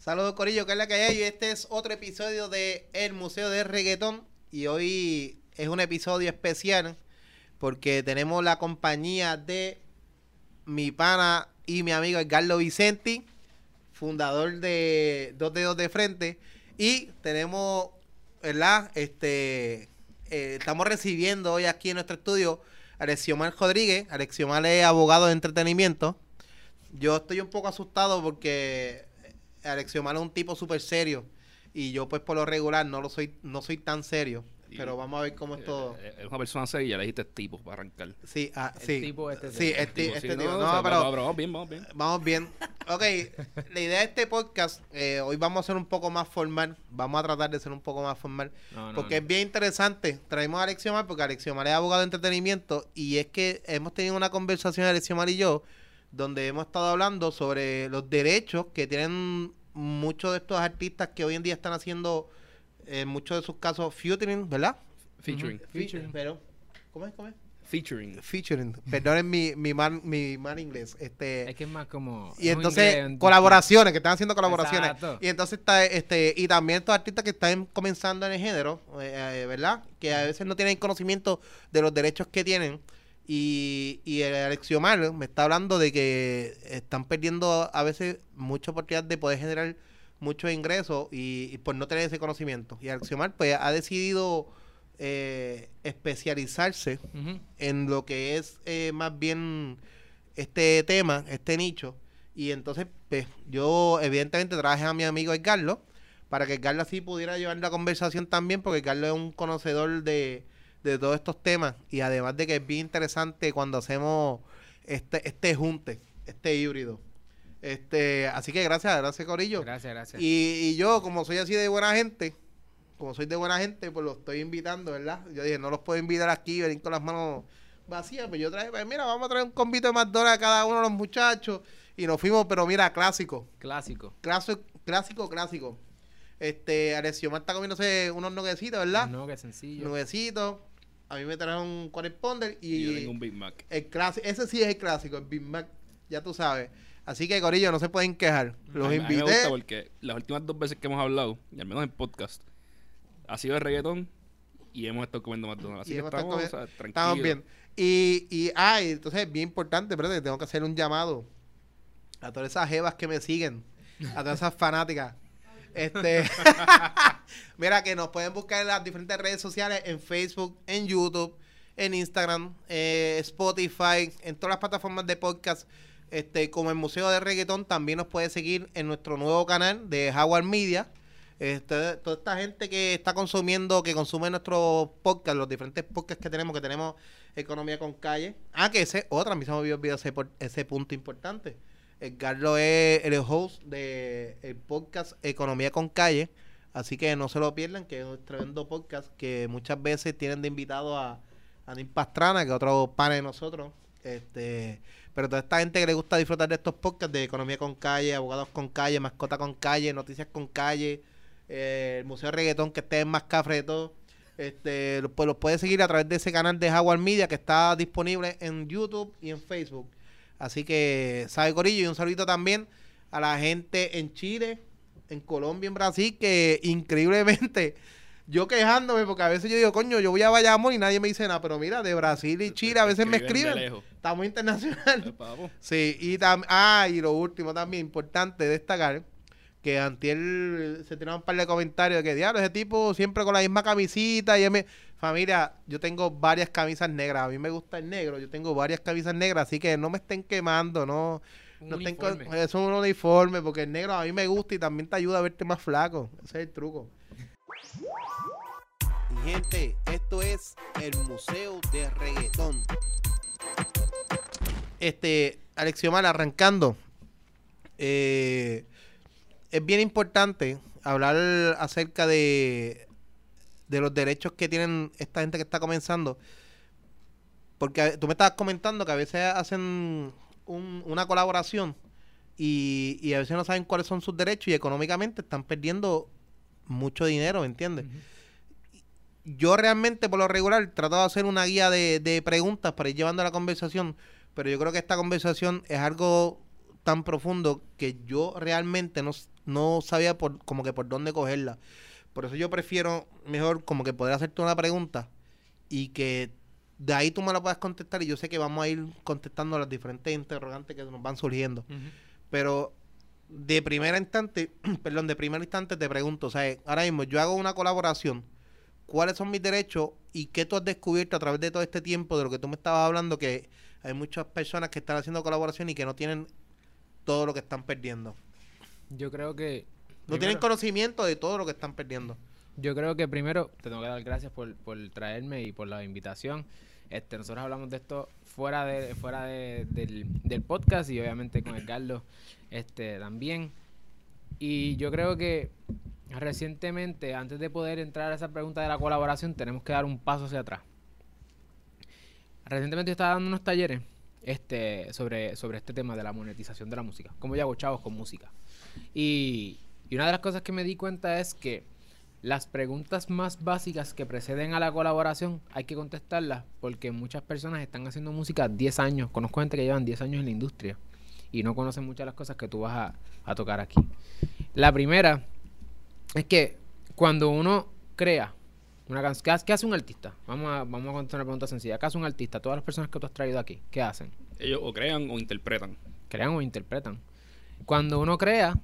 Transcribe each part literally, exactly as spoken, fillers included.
Saludos, corillo, que es la que hay. Este es otro episodio de El Museo de Reggaetón. Y hoy es un episodio especial porque tenemos la compañía de mi pana y mi amigo Edgardo Vicenti, fundador de Dos Dedos de Frente. Y tenemos, ¿verdad? Este, eh, estamos recibiendo hoy aquí en nuestro estudio a Alexiomar Rodríguez. Alexiomar es abogado de entretenimiento. Yo estoy un poco asustado porque Alexiomar es un tipo súper serio y yo pues por lo regular no lo soy, no soy tan serio, y, pero vamos a ver cómo es todo. Es una persona seria, le dijiste tipo para arrancar. Sí, ah, el sí. Tipo este sí, tipo. este, tipo, este sí, tipo. No, No, o sea, pero, pero vamos bien, vamos bien. Vamos bien. Ok, la idea de este podcast, eh, hoy vamos a ser un poco más formal, vamos a tratar de ser un poco más formal, No, no, porque no. es bien interesante. Traemos a Alexiomar porque Alexiomar es abogado de entretenimiento y es que hemos tenido una conversación Alexiomar y yo donde hemos estado hablando sobre los derechos que tienen muchos de estos artistas que hoy en día están haciendo, en muchos de sus casos, featuring, ¿verdad? Featuring. Uh-huh. Featuring. Pero, ¿cómo es? ¿Cómo es? Featuring. Featuring. Perdonen mi, mi, mal, mi mal inglés. Este, Es que es más como... y es un entonces, inglés, un- colaboraciones, que están haciendo colaboraciones. Exacto. Y entonces está, este, y también estos artistas que están comenzando en el género, eh, eh, ¿verdad? Que a veces no tienen conocimiento de los derechos que tienen. Y, y el Alexiomar me está hablando de que están perdiendo a veces mucha oportunidad de poder generar muchos ingresos y, y por no tener ese conocimiento. Y Alexiomar pues ha decidido eh, especializarse Ujú. en lo que es eh, más bien este tema, este nicho. Y entonces pues yo evidentemente traje a mi amigo Edgardo para que Edgardo así pudiera llevar la conversación también, porque Edgardo es un conocedor de de todos estos temas y además de que es bien interesante cuando hacemos este este junte, este híbrido. Este, así que gracias, gracias Corillo. Gracias, gracias. Y, y yo, como soy así de buena gente, como soy de buena gente, pues los estoy invitando, ¿verdad? Yo dije, no los puedo invitar aquí, venir con las manos vacías, pues yo traje, pues mira, vamos a traer un convito de McDonald's a cada uno de los muchachos y nos fuimos, pero mira, clásico, Clásico. clásico, clásico, clásico. Este, Alexiomar está comiéndose unos nuggecitos, ¿verdad? No, qué sencillo. Nuggecitos. A mí me trajeron un corresponder y, Y yo tengo un Big Mac. el clásico, ese sí es el clásico, el Big Mac, ya tú sabes. Así que Corillo, no se pueden quejar. Los a, mí- a mí me invité. gusta porque las últimas dos veces que hemos hablado, y al menos en podcast, ha sido de reggaetón y hemos estado comiendo McDonald's. Así Y que hemos estado estamos, comi- o sea, tranquilos. Estamos bien. Y, y, ah, y entonces es bien importante, pero tengo que hacer un llamado a todas esas jevas que me siguen, a todas esas fanáticas. Este, mira que nos pueden buscar en las diferentes redes sociales, en Facebook, en YouTube, en Instagram, eh, Spotify, en todas las plataformas de podcast, este, como el Museo de Reggaetón. También nos puede seguir en nuestro nuevo canal de Jaguar Media. Este, toda esta gente que está consumiendo, que consume nuestros podcasts, los diferentes podcasts que tenemos, que tenemos Economía con Calle. Ah, que ese otra, a mí se me había olvidado ese, por- ese punto importante. Edgardo es el host de el podcast Economía con Calle, así que no se lo pierdan, que es un tremendo podcast que muchas veces tienen de invitado a, a Nin Pastrana, que es otro pana de nosotros. Este, pero toda esta gente que le gusta disfrutar de estos podcasts de Economía con Calle, Abogados con Calle, Mascota con Calle, Noticias con Calle, eh, el Museo de Reggaetón, que esté en más cafre de todo. Este, lo- pues los puede seguir a través de ese canal de Jaguar Media que está disponible en YouTube y en Facebook. Así que, sabe Corillo, y un saludito también a la gente en Chile, en Colombia, en Brasil, que increíblemente, yo quejándome, porque a veces yo digo, coño, yo voy a Bayamón y nadie me dice nada, pero mira, de Brasil y Chile a veces me Escriben de escriben. lejos. Estamos internacional. Eh, papo. Sí, y tam ah, y lo último también, importante destacar, que antier se tiraron un par de comentarios de que, diablo, ese tipo siempre con la misma camisita, y él me... Familia, yo tengo varias camisas negras, a mí me gusta el negro, yo tengo varias camisas negras, así que no me estén quemando, no... Un No tengo, uniforme. es un uniforme, porque el negro a mí me gusta y también te ayuda a verte más flaco. Ese es el truco. Y gente, esto es el Museo de Reggaetón. Este, Alexiomar, arrancando. Eh, es bien importante hablar acerca de, de los derechos que tienen esta gente que está comenzando. Porque a- tú me estabas comentando que a veces hacen un- una colaboración y, y a veces no saben cuáles son sus derechos y económicamente están perdiendo mucho dinero, ¿me entiendes? Ujú. Yo realmente por lo regular trato de hacer una guía de, de preguntas para ir llevando la conversación, pero yo creo que esta conversación es algo tan profundo que yo realmente no, s- no sabía por, como que por dónde cogerla. Por eso yo prefiero mejor como que poder hacerte una pregunta y que de ahí tú me la puedas contestar y yo sé que vamos a ir contestando las diferentes interrogantes que nos van surgiendo. Ujú. Pero de primera instante, perdón, de primer instante te pregunto, o sea, ahora mismo yo hago una colaboración, ¿cuáles son mis derechos y qué tú has descubierto a través de todo este tiempo de lo que tú me estabas hablando, que hay muchas personas que están haciendo colaboración y que no tienen todo lo que están perdiendo? Yo creo que... No primero- tienen conocimiento de todo lo que están perdiendo. Yo creo que primero te tengo que dar gracias por, por traerme y por la invitación. Este, nosotros hablamos de esto fuera de fuera de, del, del podcast y obviamente con Edgardo este, también. Y yo creo que recientemente, antes de poder entrar a esa pregunta de la colaboración, tenemos que dar un paso hacia atrás. Recientemente yo estaba dando unos talleres este, sobre, sobre este tema de la monetización de la música. Cómo yo hago chavos con música. Y, y una de las cosas que me di cuenta es que las preguntas más básicas que preceden a la colaboración hay que contestarlas porque muchas personas están haciendo música diez años. Conozco gente que llevan diez años en la industria y no conocen muchas de las cosas que tú vas a, a tocar aquí. La primera es que cuando uno crea una canción, ¿qué, hace- qué hace un artista? Vamos a, vamos a contestar una pregunta sencilla. ¿Qué hace un artista? Todas las personas que tú has traído aquí, ¿qué hacen? Ellos o crean o interpretan. Crean o interpretan. Cuando uno crea,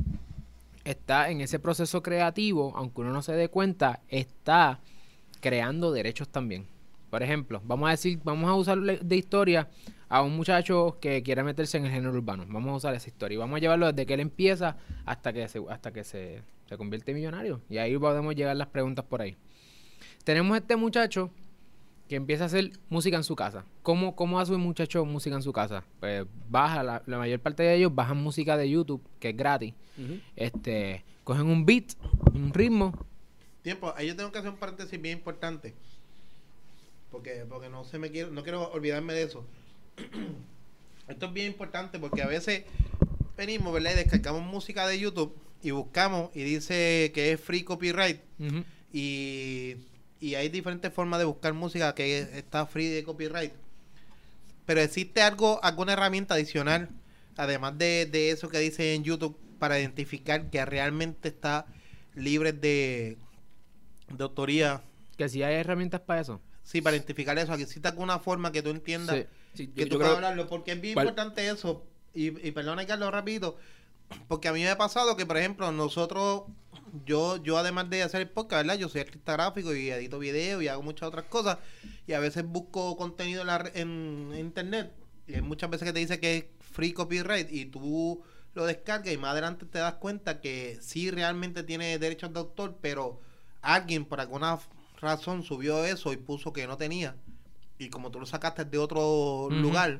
está en ese proceso creativo, aunque uno no se dé cuenta, está creando derechos también. Por ejemplo, vamos a decir, vamos a usar le- de historia a un muchacho que quiere meterse en el género urbano. Vamos a usar esa historia y vamos a llevarlo desde que él empieza hasta que se, hasta que se, se convierte en millonario. Y ahí podemos llegar las preguntas por ahí. Tenemos este muchacho que empieza a hacer música en su casa. ¿Cómo, cómo hace un muchacho música en su casa? Pues baja, la, la mayor parte de ellos bajan música de YouTube, que es gratis. Ujú. Este, cogen un beat, un ritmo. Tiempo, ahí yo tengo que hacer un paréntesis bien importante. Porque, porque no se me quiero, no quiero olvidarme de eso. Esto es bien importante porque a veces venimos, ¿verdad? Y descargamos música de YouTube y buscamos y dice que es free copyright. Ujú. Y, y hay diferentes formas de buscar música que está free de copyright. Pero existe algo, alguna herramienta adicional, además de, de eso que dice en YouTube, para identificar que realmente está libre de, de autoría. Que si hay herramientas para eso. Sí, para identificar eso. Aquí existe alguna forma que tú entiendas Sí. Sí, que yo, tú yo puedas creo, hablarlo, porque es bien ¿Cuál? importante eso. Y, y perdona, Carlos, rápido, porque a mí me ha pasado que, por ejemplo, nosotros, yo yo además de hacer el podcast, ¿verdad? Yo soy artista gráfico y edito video y hago muchas otras cosas, y a veces busco contenido en, la re- en, en internet, y hay muchas veces que te dice que es free copyright, y tú lo descargas y más adelante te das cuenta que sí realmente tiene derechos de autor, pero alguien por alguna razón subió eso y puso que no tenía, y como tú lo sacaste de otro Ujú. lugar,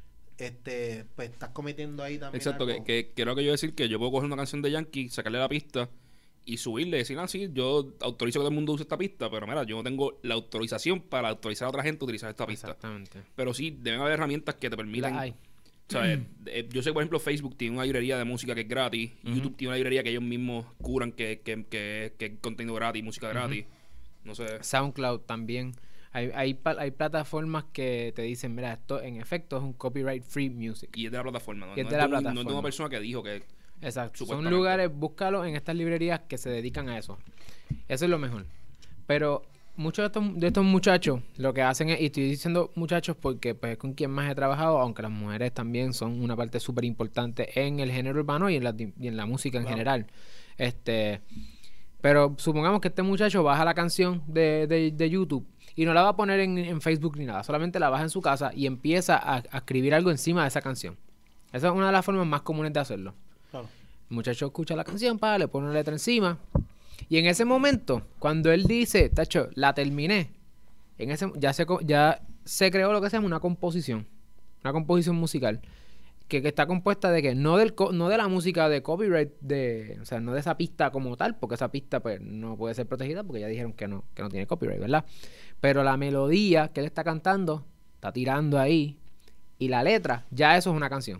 este pues estás cometiendo ahí también exacto, que, algo. que quiero que yo decir que yo puedo coger una canción de Yankee, sacarle la pista y subirle, decir, ah, sí, yo autorizo que todo el mundo use esta pista, pero mira, yo no tengo la autorización para autorizar a otra gente a utilizar esta pista. Exactamente. Pero sí, deben haber herramientas que te permitan. La hay. ¿Sabes? Eh, yo sé, por ejemplo, Facebook tiene una librería de música que es gratis. Ujú. YouTube tiene una librería que ellos mismos curan que, que, que, que es contenido gratis, música gratis. No sé. SoundCloud también. Hay, hay, pa- hay plataformas que te dicen, mira, esto en efecto es un copyright free music. Y es de la plataforma, ¿no? Y es no de es la un- No es de plataforma. una persona que dijo que. Exacto. Son Supuestamente. lugares, búscalo en estas librerías que se dedican a eso. Eso es lo mejor. Pero muchos de estos, de estos muchachos lo que hacen es, y estoy diciendo muchachos porque pues, es con quien más he trabajado, aunque las mujeres también son una parte súper importante en el género urbano y en la, di- y en la música en Claro. general. Este, pero supongamos que este muchacho baja la canción de, de, de YouTube y no la va a poner en, en Facebook ni nada, solamente la baja en su casa y empieza a, a escribir algo encima de esa canción. Esa es una de las formas más comunes de hacerlo. Claro. El muchacho escucha la canción, pa, le pone una letra encima. Y en ese momento, cuando él dice, tacho, la terminé, en ese, ya, se, co- ya se creó lo que se llama una composición. Una composición musical. Que, que está compuesta de que no del co- no de la música de copyright, de, o sea, no de esa pista como tal, porque esa pista pues no puede ser protegida porque ya dijeron que no, que no tiene copyright, ¿verdad? Pero la melodía que él está cantando, está tirando ahí, y la letra, ya eso es una canción.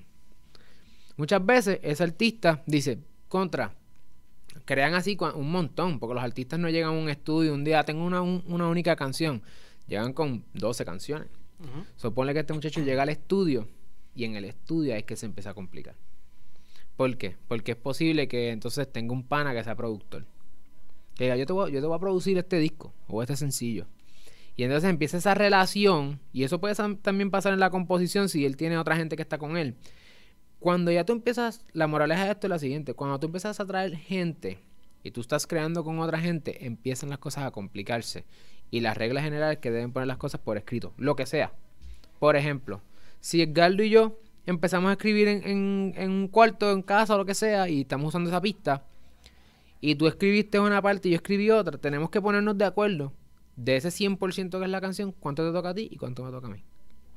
Muchas veces ese artista dice, contra, crean así cua- un montón, porque los artistas no llegan a un estudio un día, tengo una, un- una única canción, llegan con doce canciones. Ujú. Supone que este muchacho llega al estudio y en el estudio es que se empieza a complicar. ¿Por qué? Porque es posible que entonces tenga un pana que sea productor. Que diga, yo te voy, yo te voy a producir este disco o este sencillo. Y entonces empieza esa relación, y eso puede sam- también pasar en la composición si él tiene otra gente que está con él. Cuando ya tú empiezas, la moraleja de esto es la siguiente, cuando tú empiezas a traer gente y tú estás creando con otra gente, empiezan las cosas a complicarse. Y las reglas generales que deben poner las cosas por escrito, lo que sea. Por ejemplo, si Edgardo y yo empezamos a escribir en, en, en un cuarto, en casa o lo que sea, y estamos usando esa pista, y tú escribiste una parte y yo escribí otra, tenemos que ponernos de acuerdo de ese cien por ciento que es la canción, cuánto te toca a ti y cuánto me toca a mí.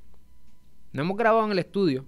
No hemos grabado en el estudio.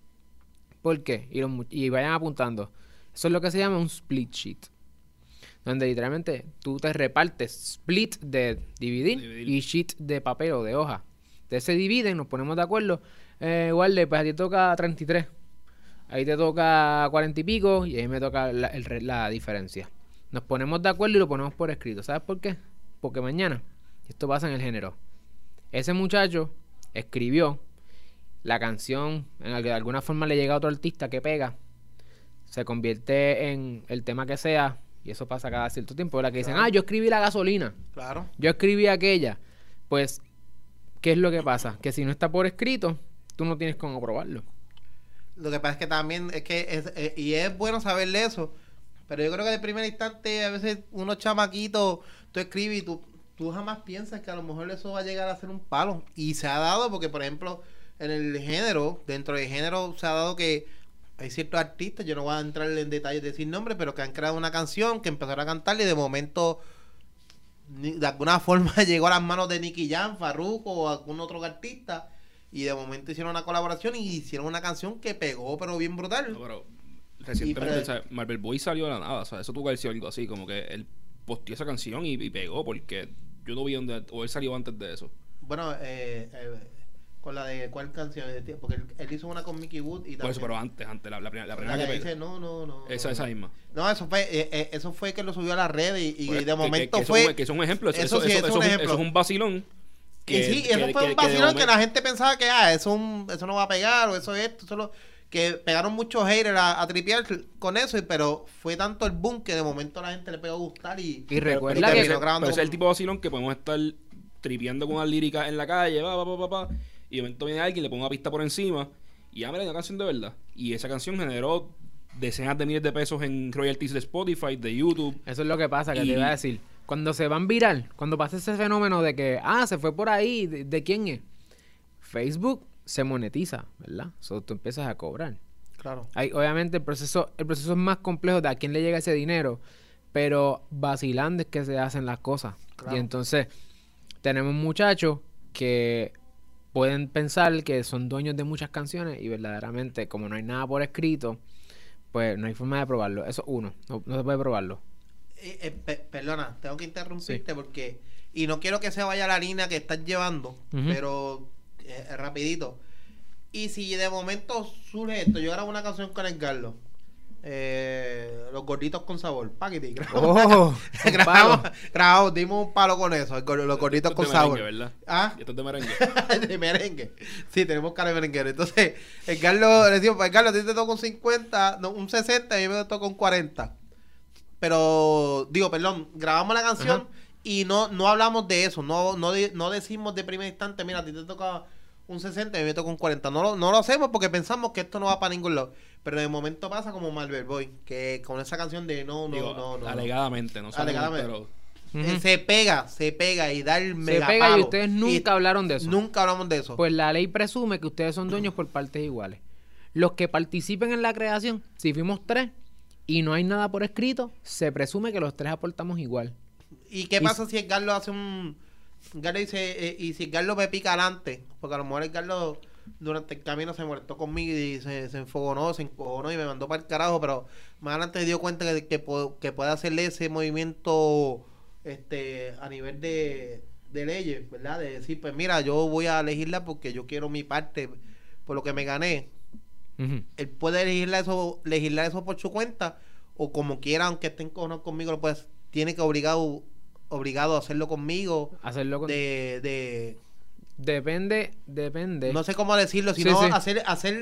¿Por qué? Y, los, y vayan apuntando. Eso es lo que se llama un split sheet. Donde literalmente tú te repartes split de dividir, Dividir. y sheet de papel o de hoja. Entonces se dividen, nos ponemos de acuerdo. Eh, igual de, pues a ti te toca treinta y tres. Ahí te toca cuarenta y pico y ahí me toca la, el re- la diferencia. Nos ponemos de acuerdo y lo ponemos por escrito. ¿Sabes por qué? Porque mañana, esto pasa en el género, ese muchacho escribió la canción, en la que de alguna forma le llega a otro artista que pega, se convierte en el tema que sea, y eso pasa cada cierto tiempo, la que dicen, Claro. ah, yo escribí La Gasolina, Claro. yo escribí aquella. Pues, ¿qué es lo que pasa? Que si no está por escrito, tú no tienes cómo probarlo. Lo que pasa es que también es que es, eh, y es bueno saberle eso, pero yo creo que de primer instante a veces unos chamaquitos, tú escribes y tú, tú jamás piensas que a lo mejor eso va a llegar a ser un palo. Y se ha dado porque, por ejemplo, en el género, dentro del género se ha dado que hay ciertos artistas, yo no voy a entrar en detalles de decir nombres, pero que han creado una canción, que empezaron a cantarle y de momento ni- de alguna forma llegó a las manos de Nicky Jam, Farruko o algún otro artista. Y de momento hicieron una colaboración y hicieron una canción que pegó, pero bien brutal. No, pero recientemente, pero- o sea, Marvel Boy salió de la nada. O sea, eso tuvo que haber sido algo así. Como que él posteó esa canción y, y pegó. Porque yo no vi dónde. O él salió antes de eso. Bueno, eh, eh, con la de cuál canción, porque él, él hizo una con Mickey Wood y Por eso, también. pero antes, antes. La, la, primera- la La primera que que pegó. dice, no, no, no. Esa, no, esa no. misma. No, eso fue, eh, eh, eso fue que lo subió a las redes y, y Pues, de que- momento que, que fue. Eso, que eso es un ejemplo. Eso, eso eso, sí, eso, eso es eso un es un- ejemplo. eso es un vacilón. Que sí, que- eso que- fue que- un que de vacilón que, momento- la gente pensaba que ah, eso, un, eso no va a pegar o eso es esto, solo que pegaron muchos haters a, a tripear con eso, y- pero fue tanto el boom que de momento a la gente le pegó a gustar y, Y Pero- recuerda pero que... terminó ese- grabando pero ese es el con- tipo de vacilón que podemos estar tripeando con unas líricas en la calle, va, va, va, va, va, y de momento viene alguien, le pone una pista por encima, y ya, mira, hay una canción de verdad. Y esa canción generó decenas de miles de pesos en royalties de Spotify, de YouTube. Eso es lo que pasa, que Y- te iba a decir. Cuando se van viral, cuando pasa ese fenómeno de que, ah, se fue por ahí, ¿de, de quién es? Facebook se monetiza, ¿verdad? Eso tú empiezas a cobrar. Claro. Hay, obviamente el proceso, el proceso es más complejo de a quién le llega ese dinero, pero vacilando es que se hacen las cosas. Claro. Y entonces tenemos muchachos que pueden pensar que son dueños de muchas canciones y verdaderamente como no hay nada por escrito, pues no hay forma de probarlo. Eso uno, no, no se puede probarlo. Eh, eh, pe- perdona, tengo que interrumpirte porque y no quiero que se vaya la línea que estás llevando, Ujú. pero eh, eh, rapidito. Y si de momento surge esto, yo grabo una canción con Edgardo, eh, los gorditos con sabor, paquete, ¡Oh! grabamos, grabamos, dimos un palo con eso, el gor- los gorditos Esto es con de sabor. merengue, ¿verdad? ¿Ah? Y esto es de merengue. De merengue. Sí, tenemos cara de merenguero. Entonces, Edgardo, le decimos, Edgardo, a ti te toca un cincuenta, no, un sesenta y a mí me toca un cuarenta. Pero, digo, perdón, grabamos la canción Ajá. y no, no hablamos de eso. No, no, di- no decimos de primer instante, mira, a ti te toca un sesenta y a mí me toca un cuarenta. No lo, no lo hacemos porque pensamos que esto no va para ningún lado. Pero de momento pasa como Marvel Boy, que con esa canción de no, no, Digo, no, no. no. alegadamente, no sabemos, Alegadamente. pero... Eh, Ujú. se pega, se pega y da el Se mega pega y palo. ustedes nunca hablaron de eso. Nunca hablamos de eso. Pues la ley presume que ustedes son dueños por partes iguales. Los que participen en la creación, si fuimos tres y no hay nada por escrito, se presume que los tres aportamos igual. ¿Y qué Y- pasa si Edgardo hace un... Edgardo dice, eh, y si Edgardo me pica adelante? Porque a lo mejor Edgardo durante el camino se molestó conmigo y se, se enfogonó, se encojonó y me mandó para el carajo, pero más adelante se dio cuenta que, que, po- que puede hacerle ese movimiento este a nivel de, de leyes, ¿verdad? De decir, pues mira, yo voy a elegirla porque yo quiero mi parte por lo que me gané. Ujú. Él puede legislar eso, legislar eso por su cuenta o como quiera, aunque esté encojonado conmigo, lo puede, tiene que obligado obligado a hacerlo conmigo Hacerlo con... de, de Depende, depende. no sé cómo decirlo, Sí, sino sí. hacer hacer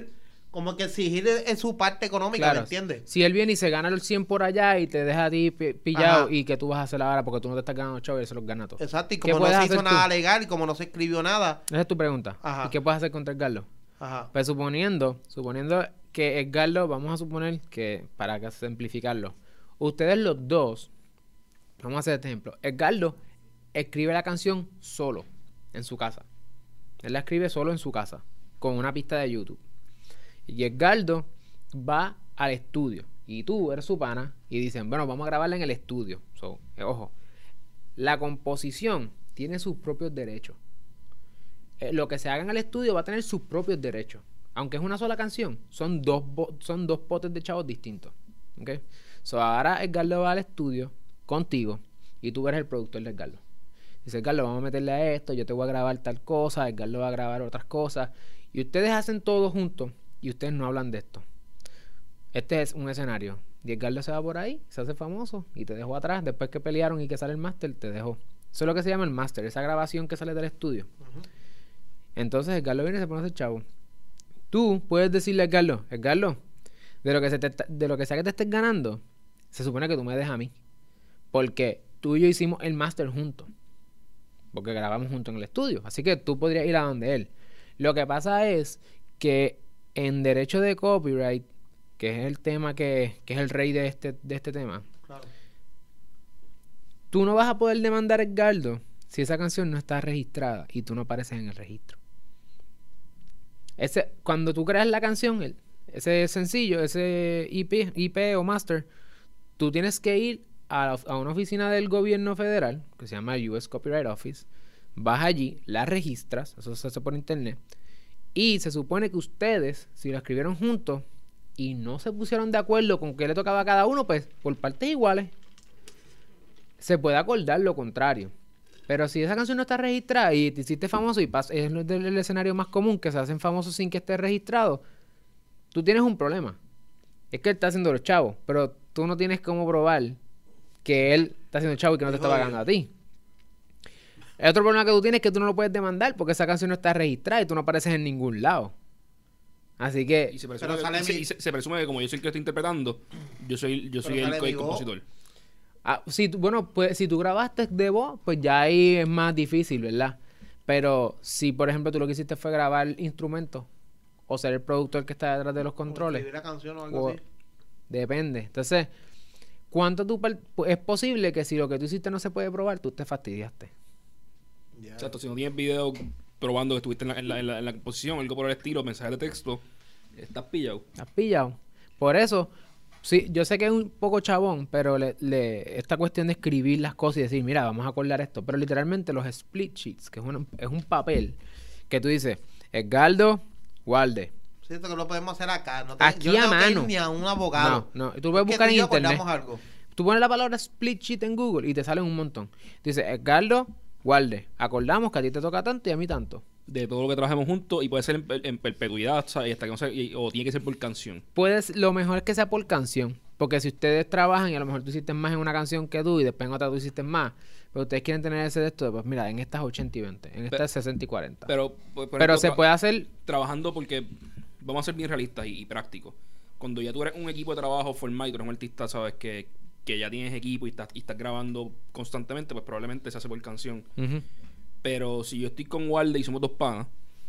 como que exigir en su parte económica, Claro. ¿me entiendes? Si él viene y se gana el cien por allá y te deja a ti pi- pillado Ajá. y que tú vas a hacer ahora porque tú no te estás ganando chavo y él se los gana todo. Exacto, y ¿Qué como no puedes se hacer hizo tú? nada legal, y como no se escribió nada, Esa es tu pregunta. Ajá. ¿Y qué puedes hacer contra Edgardo? ajá, Pues suponiendo, suponiendo que Edgardo, vamos a suponer que, para que simplificarlo, ustedes los dos, vamos a hacer este ejemplo, Edgardo escribe la canción solo, en su casa. Él la escribe solo en su casa, con una pista de YouTube. Y Edgardo va al estudio, y tú eres su pana, y dicen, bueno, vamos a grabarla en el estudio. So, eh, ojo, la composición tiene sus propios derechos. Eh, lo que se haga en el estudio va a tener sus propios derechos. Aunque es una sola canción, son dos, bo- son dos potes de chavos distintos. ¿Ok? So, ahora Edgardo va al estudio contigo y tú eres el productor de Edgardo. Dice, Edgardo, vamos a meterle a esto, yo te voy a grabar tal cosa, Edgardo va a grabar otras cosas. Y ustedes hacen todo juntos y ustedes no hablan de esto. Este es un escenario. Y Edgardo se va por ahí, se hace famoso y te dejó atrás. Después que pelearon y que sale el máster, te dejó. Eso es lo que se llama el máster, esa grabación que sale del estudio. ujú. Entonces Edgardo viene y se pone a hacer chavo. Tú puedes decirle a Edgardo, Edgardo, de lo que se te, de lo que sea que te estés ganando, se supone que tú me dejas a mí. Porque tú y yo hicimos el máster juntos. Porque grabamos juntos en el estudio. Así que tú podrías ir a donde él. Lo que pasa es que en derecho de copyright, que es el tema que, que es el rey de este, de este tema, Claro. tú no vas a poder demandar a Edgardo si esa canción no está registrada y tú no apareces en el registro. Ese, cuando tú creas la canción, el- ese sencillo, ese I P, I P o master, tú tienes que ir a, la- a una oficina del gobierno federal, que se llama U S Copyright Office, vas allí, la registras, eso se hace por internet, y se supone que ustedes, si lo escribieron juntos y no se pusieron de acuerdo con qué le tocaba a cada uno, pues por partes iguales, se puede acordar lo contrario. Pero si esa canción no está registrada y te hiciste famoso y pas- es el, el escenario más común que se hacen famosos sin que esté registrado, tú tienes un problema. Es que él está haciendo los chavos, pero tú no tienes cómo probar que él está haciendo chavo y que no te está Hijo de- pagando a ti. El otro problema que tú tienes es que tú no lo puedes demandar porque esa canción no está registrada y tú no apareces en ningún lado. Así que Y se presume, Pero que, sale y se, mi- y se- se presume que como yo soy el que estoy interpretando, yo soy, yo soy Pero el, sale el mi voz. compositor. Ah, si tú- bueno, pues si tú grabaste de voz, pues ya ahí es más difícil, ¿verdad? Pero si, por ejemplo, tú lo que hiciste fue grabar instrumentos o ser el productor que está detrás de los O controles, escribir la canción o algo o- así. depende. Entonces, ¿cuánto tú par- pues, es posible que si lo que tú hiciste no se puede probar, tú te fastidiaste? Ya. Exacto, si no tienes video probando que estuviste en la, en la, en la, en la composición, algo por el estilo, mensaje de texto, estás pillado. ¿Has pillado? Por eso, sí, yo sé que es un poco chabón, pero le, le- esta cuestión de escribir las cosas y decir, mira, vamos a acordar esto. Pero literalmente los split sheets, que es un, es un papel que tú dices, Edgardo, Walde. Siento que lo podemos hacer acá. No te- Aquí yo no a tengo que ir mano. ni a un abogado. No, no, tú puedes Es que buscar tú en y yo internet. acordamos algo. Tú pones la palabra split sheet en Google y te salen un montón. Tú dices, Edgardo, Walde, acordamos que a ti te toca tanto y a mí tanto. De todo lo que trabajemos juntos y puede ser en, per- en perpetuidad, ¿sabes? Hasta que no se- y- o tiene que ser por canción. Puedes, lo mejor es que sea por canción. Porque si ustedes trabajan y a lo mejor tú hiciste más en una canción que tú y después en otra tú hiciste más, pero ustedes quieren tener ese de esto, pues mira, en esta es ochenta y veinte, en esta Pe- es sesenta y cuarenta. Pero, por- por Pero ejemplo, se tra- puede hacer, trabajando porque vamos a ser bien realistas y, y prácticos. Cuando ya tú eres un equipo de trabajo formado y tú eres un artista, sabes que, que ya tienes equipo y estás, y estás grabando constantemente, pues probablemente se hace por canción. ujú, Pero si yo estoy con Walde y somos dos panas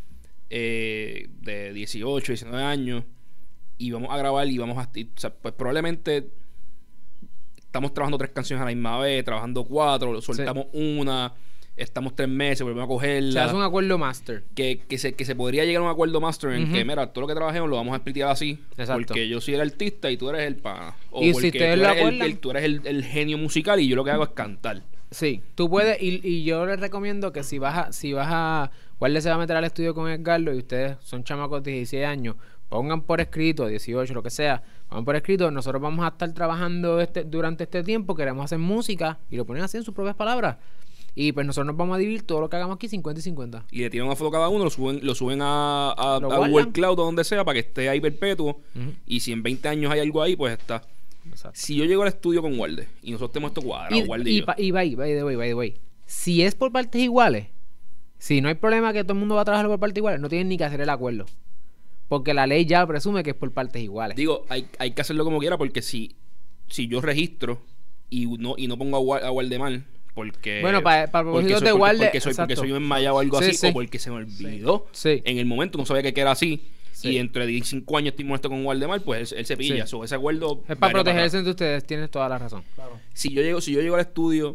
eh, de dieciocho, diecinueve años y vamos a grabar y vamos a... O sea, pues probablemente estamos trabajando tres canciones a la misma vez, trabajando cuatro, soltamos una, estamos tres meses, volvemos a cogerla. se hace un acuerdo master. que, que, se, que se podría llegar a un acuerdo master en Ujú. que, mira, todo lo que trabajemos lo vamos a splitear así. Exacto. Porque yo soy el artista y tú eres el pana. O Y si porque ustedes tú lo eres, el, acuerdan- el- tú eres el, el genio musical y yo lo que hago es cantar. Sí, tú puedes, y, y yo les recomiendo que si vas a, si vas a, Walde se va a meter al estudio con Edgardo y ustedes son chamacos de dieciséis años, pongan por escrito, dieciocho, lo que sea, pongan por escrito, nosotros vamos a estar trabajando este, durante este tiempo, queremos hacer música, y lo ponen así en sus propias palabras. Y pues nosotros nos vamos a dividir todo lo que hagamos aquí cincuenta y cincuenta. Y le tiran una foto a cada uno, lo suben, lo suben a, a, Lo a guardan. Google Cloud o donde sea para que esté ahí perpetuo. Ujú. Y si en veinte años hay algo ahí, pues está. Exacto. Si yo llego al estudio con Walde y nosotros tenemos esto cuadrado, Y, Walde y, y, yo, pa- y by, by the way, by the way, si es por partes iguales, si no hay problema que todo el mundo va a trabajar por partes iguales, no tienen ni que hacer el acuerdo. Porque la ley ya presume que es por partes iguales. Digo, hay, hay que hacerlo como quiera porque si, si yo registro y no, y no pongo a, Wa- a Waldemar porque... Bueno, para pa porque propósitos soy, de porque, Walde... porque soy, porque exacto. soy un enmayado o algo Sí, así, sí. o porque se me olvidó. Sí. En el momento no sabía que, que era así. Sí. Y dentro de cinco años estoy molesto con Waldemar, pues él, él se pilla. Sí. So, ese acuerdo... Es para varía protegerse atrás. entre ustedes, tienes toda la razón. Claro. Si yo llego, si yo llego al estudio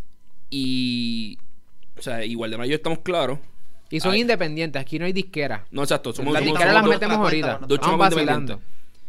y... O sea, y Waldemar y yo estamos claros. Y son Ay. independientes, aquí no hay disquera. No, exacto. Somos, Las somos- disqueras las somos metemos dos- ahorita. dos dos Vamos chamacos vacilando.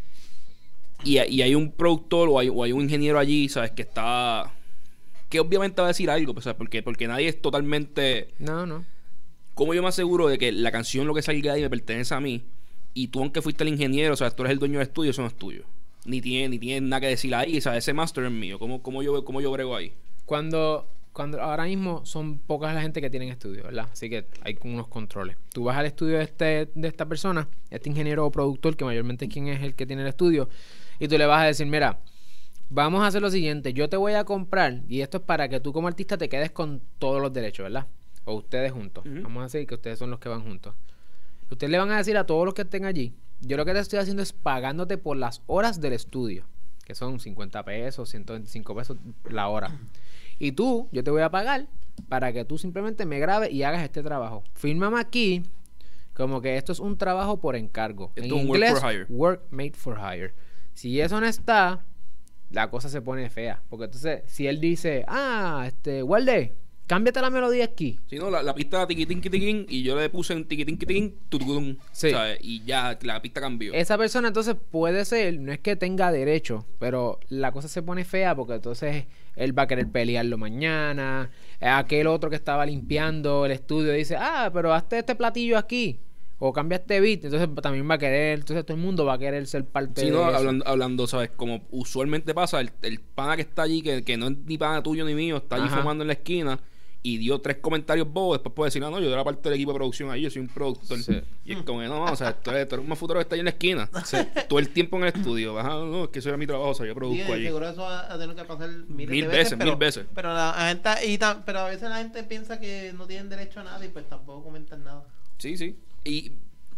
y, y hay un productor o hay, o hay un ingeniero allí, ¿sabes? Que está... Que obviamente va a decir algo, pues, ¿sabes? Porque, porque nadie es totalmente... No, no. ¿Cómo yo me aseguro de que la canción, lo que salga ahí, me pertenece a mí? Y tú, aunque fuiste el ingeniero, o sea, tú eres el dueño del estudio, eso no es tuyo. Ni tienes ni tiene nada que decir ahí, o sea, ese master es mío. ¿Cómo, cómo, yo, cómo yo brego ahí? Cuando, cuando ahora mismo son pocas la gente que tienen estudio, ¿verdad? Así que hay unos controles. Tú vas al estudio de, este, de esta persona, este ingeniero o productor, que mayormente es quien es el que tiene el estudio, y tú le vas a decir, mira, vamos a hacer lo siguiente, yo te voy a comprar, y esto es para que tú como artista te quedes con todos los derechos, ¿verdad? O ustedes juntos. Ujú. Vamos a decir que ustedes son los que van juntos. Ustedes le van a decir a todos los que estén allí, yo lo que te estoy haciendo es pagándote por las horas del estudio, que son cincuenta pesos, ciento veinticinco pesos la hora. Y tú, yo te voy a pagar para que tú simplemente me grabes y hagas este trabajo. Fírmame aquí como que esto es un trabajo por encargo. Esto En es un work inglés, for hire. work made for hire. Si eso no está, la cosa se pone fea. Porque entonces, si él dice, ah, este, Walde, cámbiate la melodía aquí. Si no, la, la pista tiquitín, tiquitín, y yo le puse un tiquitín, tiquitín, tututum, Sí. ¿sabes? Y ya la pista cambió. Esa persona entonces puede ser, no es que tenga derecho, pero la cosa se pone fea porque entonces él va a querer pelearlo mañana. Aquel otro que estaba limpiando el estudio dice, ah, pero hazte este platillo aquí. O cambia este beat. Entonces también va a querer, entonces todo el mundo va a querer ser parte Sí, de no, eso. hablando, hablando, ¿sabes? Como usualmente pasa, el, el pana que está allí, que, que no es ni pana tuyo ni mío, está allí Ajá. fumando en la esquina y dio tres comentarios bobos, después puede decir, no, no, yo era parte del equipo de producción ahí, yo soy un productor. Sí. Y es como, que, no, o sea, tú eres, tú eres un futuro que está ahí en la esquina. Todo el tiempo en el estudio. Ajá, no, es que eso era mi trabajo, o sea, yo Sí, produzco allí. seguro eso va a tener que pasar miles Mil de veces, veces, pero, mil veces. Pero, la gente, y tan- pero a veces la gente piensa que no tienen derecho a nada y pues tampoco comentan nada. Sí, sí. Y...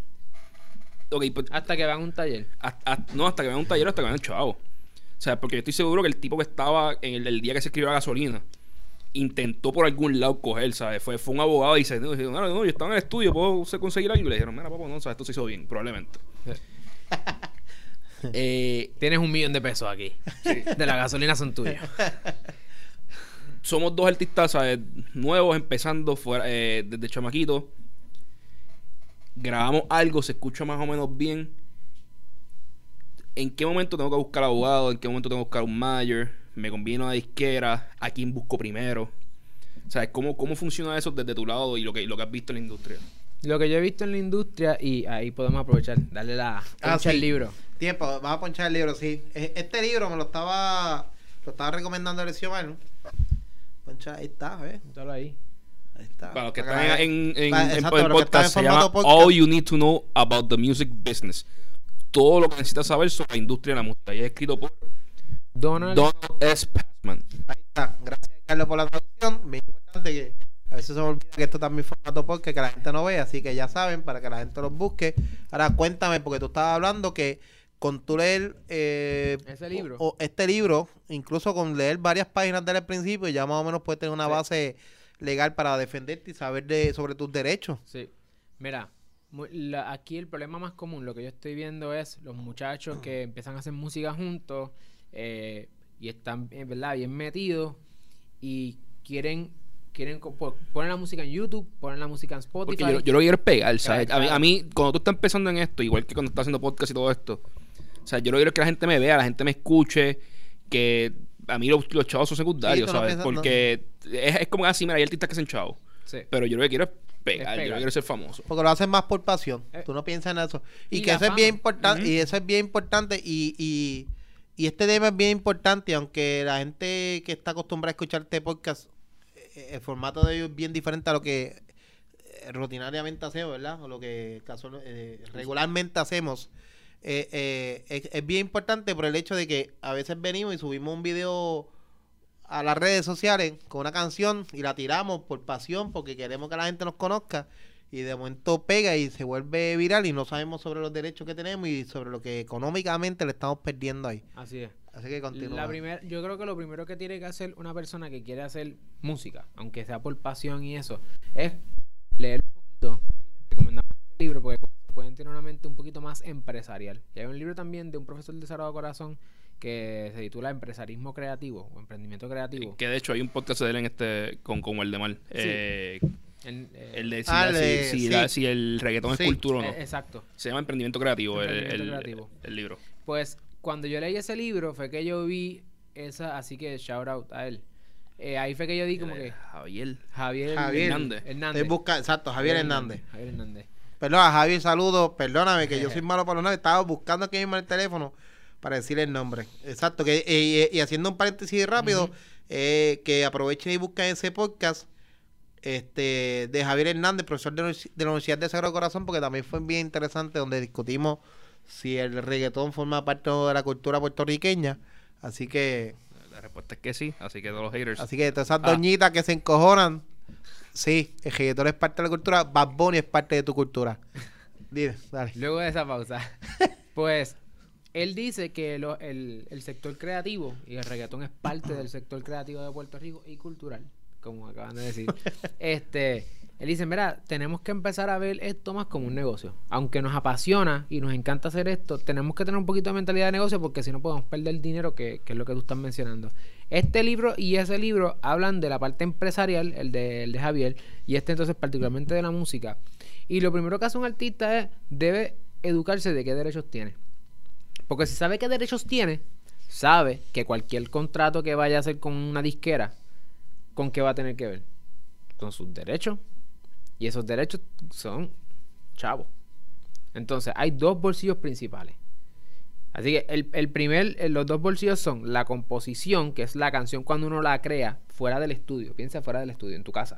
Ok, pues... Hasta que van a un taller. hasta- hasta- no, hasta que vean un taller, hasta que vean el chavo. O sea, porque yo estoy seguro que el tipo que estaba en el, el día que se escribió la gasolina intentó por algún lado coger, ¿sabes? Fue, fue un abogado y dice, no, no, no, yo estaba en el estudio, ¿puedo usted conseguir algo? Y le dijeron, mira, papá, no, o sea, esto se hizo bien, probablemente. eh, Tienes un millón de pesos aquí. De la gasolina son tuyos. somos dos artistas, ¿sabes? Nuevos, empezando fuera, eh, desde chamaquito. Grabamos algo, se escucha más o menos bien. ¿En qué momento tengo que buscar abogado? ¿En qué momento tengo que buscar un manager? ¿Me conviene una disquera? ¿A quién busco primero? O sea, ¿cómo, cómo funciona eso desde tu lado y lo que, lo que has visto en la industria? Lo que yo he visto en la industria, y ahí podemos aprovechar, darle la Ah, poncha al sí. libro. Tiempo, vamos a ponchar el libro, sí. E- Este libro me lo estaba lo estaba recomendando el Xiomar, ¿no? Poncha, ahí está, ¿ves? Solo ahí. Ahí está. Para los que Para están que- en, en, para- en- exacto, en para los que están podcast, en se llama formato podcast. All You Need to Know About the Music Business. Todo lo que necesitas saber sobre la industria de la música. Y es escrito por Donald. Donald S. Passman. Ahí está. Gracias, Carlos, por la traducción. Bien importante que a veces se me olvida que esto también es formato podcast que la gente no ve, así que ya saben, para que la gente los busque. Ahora cuéntame, porque tú estabas hablando que con tú leer eh, Ese libro. o, o este libro, incluso con leer varias páginas del principio, ya más o menos puedes tener una Sí. base legal para defenderte y saber de sobre tus derechos. Sí. Mira, mu- la- aquí el problema más común, lo que yo estoy viendo es los muchachos que empiezan a hacer música juntos eh, y están, en verdad, bien metidos y quieren quieren co- po- poner la música en YouTube, poner la música en Spotify. Porque yo, yo lo que quiero es pegar, ¿sabes? Claro, A, mí, claro. a mí, cuando tú estás empezando en esto, igual que cuando estás haciendo podcast y todo esto, o sea, yo lo que quiero es que la gente me vea, la gente me escuche, que a mí los, los chavos son secundarios, Sí, tú no ¿sabes? piensas- no. Porque es, es como así, mira, hay artistas que son chavos, Sí. pero yo lo que quiero es pegar, Es yo lo pegar. que quiero es ser famoso. Porque lo hacen más por pasión. Eh. Tú no piensas en eso. Y, Y que la eso es bien fama. importante. Ujú. Y eso es bien importante. Y, y, y este tema es bien importante. Y aunque la gente que está acostumbrada a escuchar este podcast, eh, el formato de ellos es bien diferente a lo que eh, rutinariamente hacemos, ¿verdad? O lo que casual- eh, regularmente hacemos. Eh, eh, es, es bien importante por el hecho de que a veces venimos y subimos un video a las redes sociales con una canción y la tiramos por pasión porque queremos que la gente nos conozca y de momento pega y se vuelve viral y no sabemos sobre los derechos que tenemos y sobre lo que económicamente le estamos perdiendo ahí. Así es. Así que continúa. La primer, yo creo que lo primero que tiene que hacer una persona que quiere hacer música, aunque sea por pasión y eso, es leer un poquito. Y les recomendamos este libro porque con eso pueden tener una mente un poquito más empresarial. Y hay un libro también de un profesor de Sagrado Corazón que se titula Empresarismo Creativo o Emprendimiento Creativo. Que de hecho hay un podcast de él en este con, con el de Mal. Sí. Eh, El, eh, el de si, Ah, la- le- si- si sí. la- si el reggaetón Sí. es cultura o no. eh, exacto. Se llama Emprendimiento Creativo, el- Emprendimiento el, Creativo. el libro. Pues cuando yo leí ese libro fue que yo vi esa, así que shout out a él. Eh, ahí fue que yo di como que Javier. Javier, Javier Hernández. Hernández. Estoy busca- exacto, Javier Hernández. Javier Hernández. Perdón, a Javier, saludos. Perdóname que yo soy malo para los nombres. Estaba buscando aquí mismo el teléfono para decirle el nombre. Exacto. que eh, Y, y haciendo un paréntesis rápido, Ujú. eh, que aprovechen y busquen ese podcast este de Javier Hernández, profesor de, la Universi- de la Universidad de Sagrado Corazón, porque también fue bien interesante, donde discutimos si el reggaetón forma parte de la cultura puertorriqueña. Así que, La respuesta es que sí, así que todos los haters. así que todas esas Ah. doñitas que se encojonan, sí, el reggaetón es parte de la cultura, Bad Bunny es parte de tu cultura. Dime, dale. Luego de esa pausa, pues él dice que lo- el, el sector creativo y el reggaetón es parte del sector creativo de Puerto Rico y cultural, como acaban de decir. este, él dice, mira, tenemos que empezar a ver esto más como un negocio. Aunque nos apasiona y nos encanta hacer esto, tenemos que tener un poquito de mentalidad de negocio porque si no podemos perder dinero, que, que es lo que tú estás mencionando. Este libro y ese libro hablan de la parte empresarial, el de, el de Javier, y este entonces particularmente de la música. Y lo primero que hace un artista es, debe educarse de qué derechos tiene. Porque si sabe qué derechos tiene, sabe que cualquier contrato que vaya a hacer con una disquera, ¿con qué va a tener que ver? Con sus derechos. Y esos derechos son chavos. Entonces, hay dos bolsillos principales. Así que el, el primer, eh, los dos bolsillos son la composición, que es la canción cuando uno la crea fuera del estudio. Piensa fuera del estudio, en tu casa.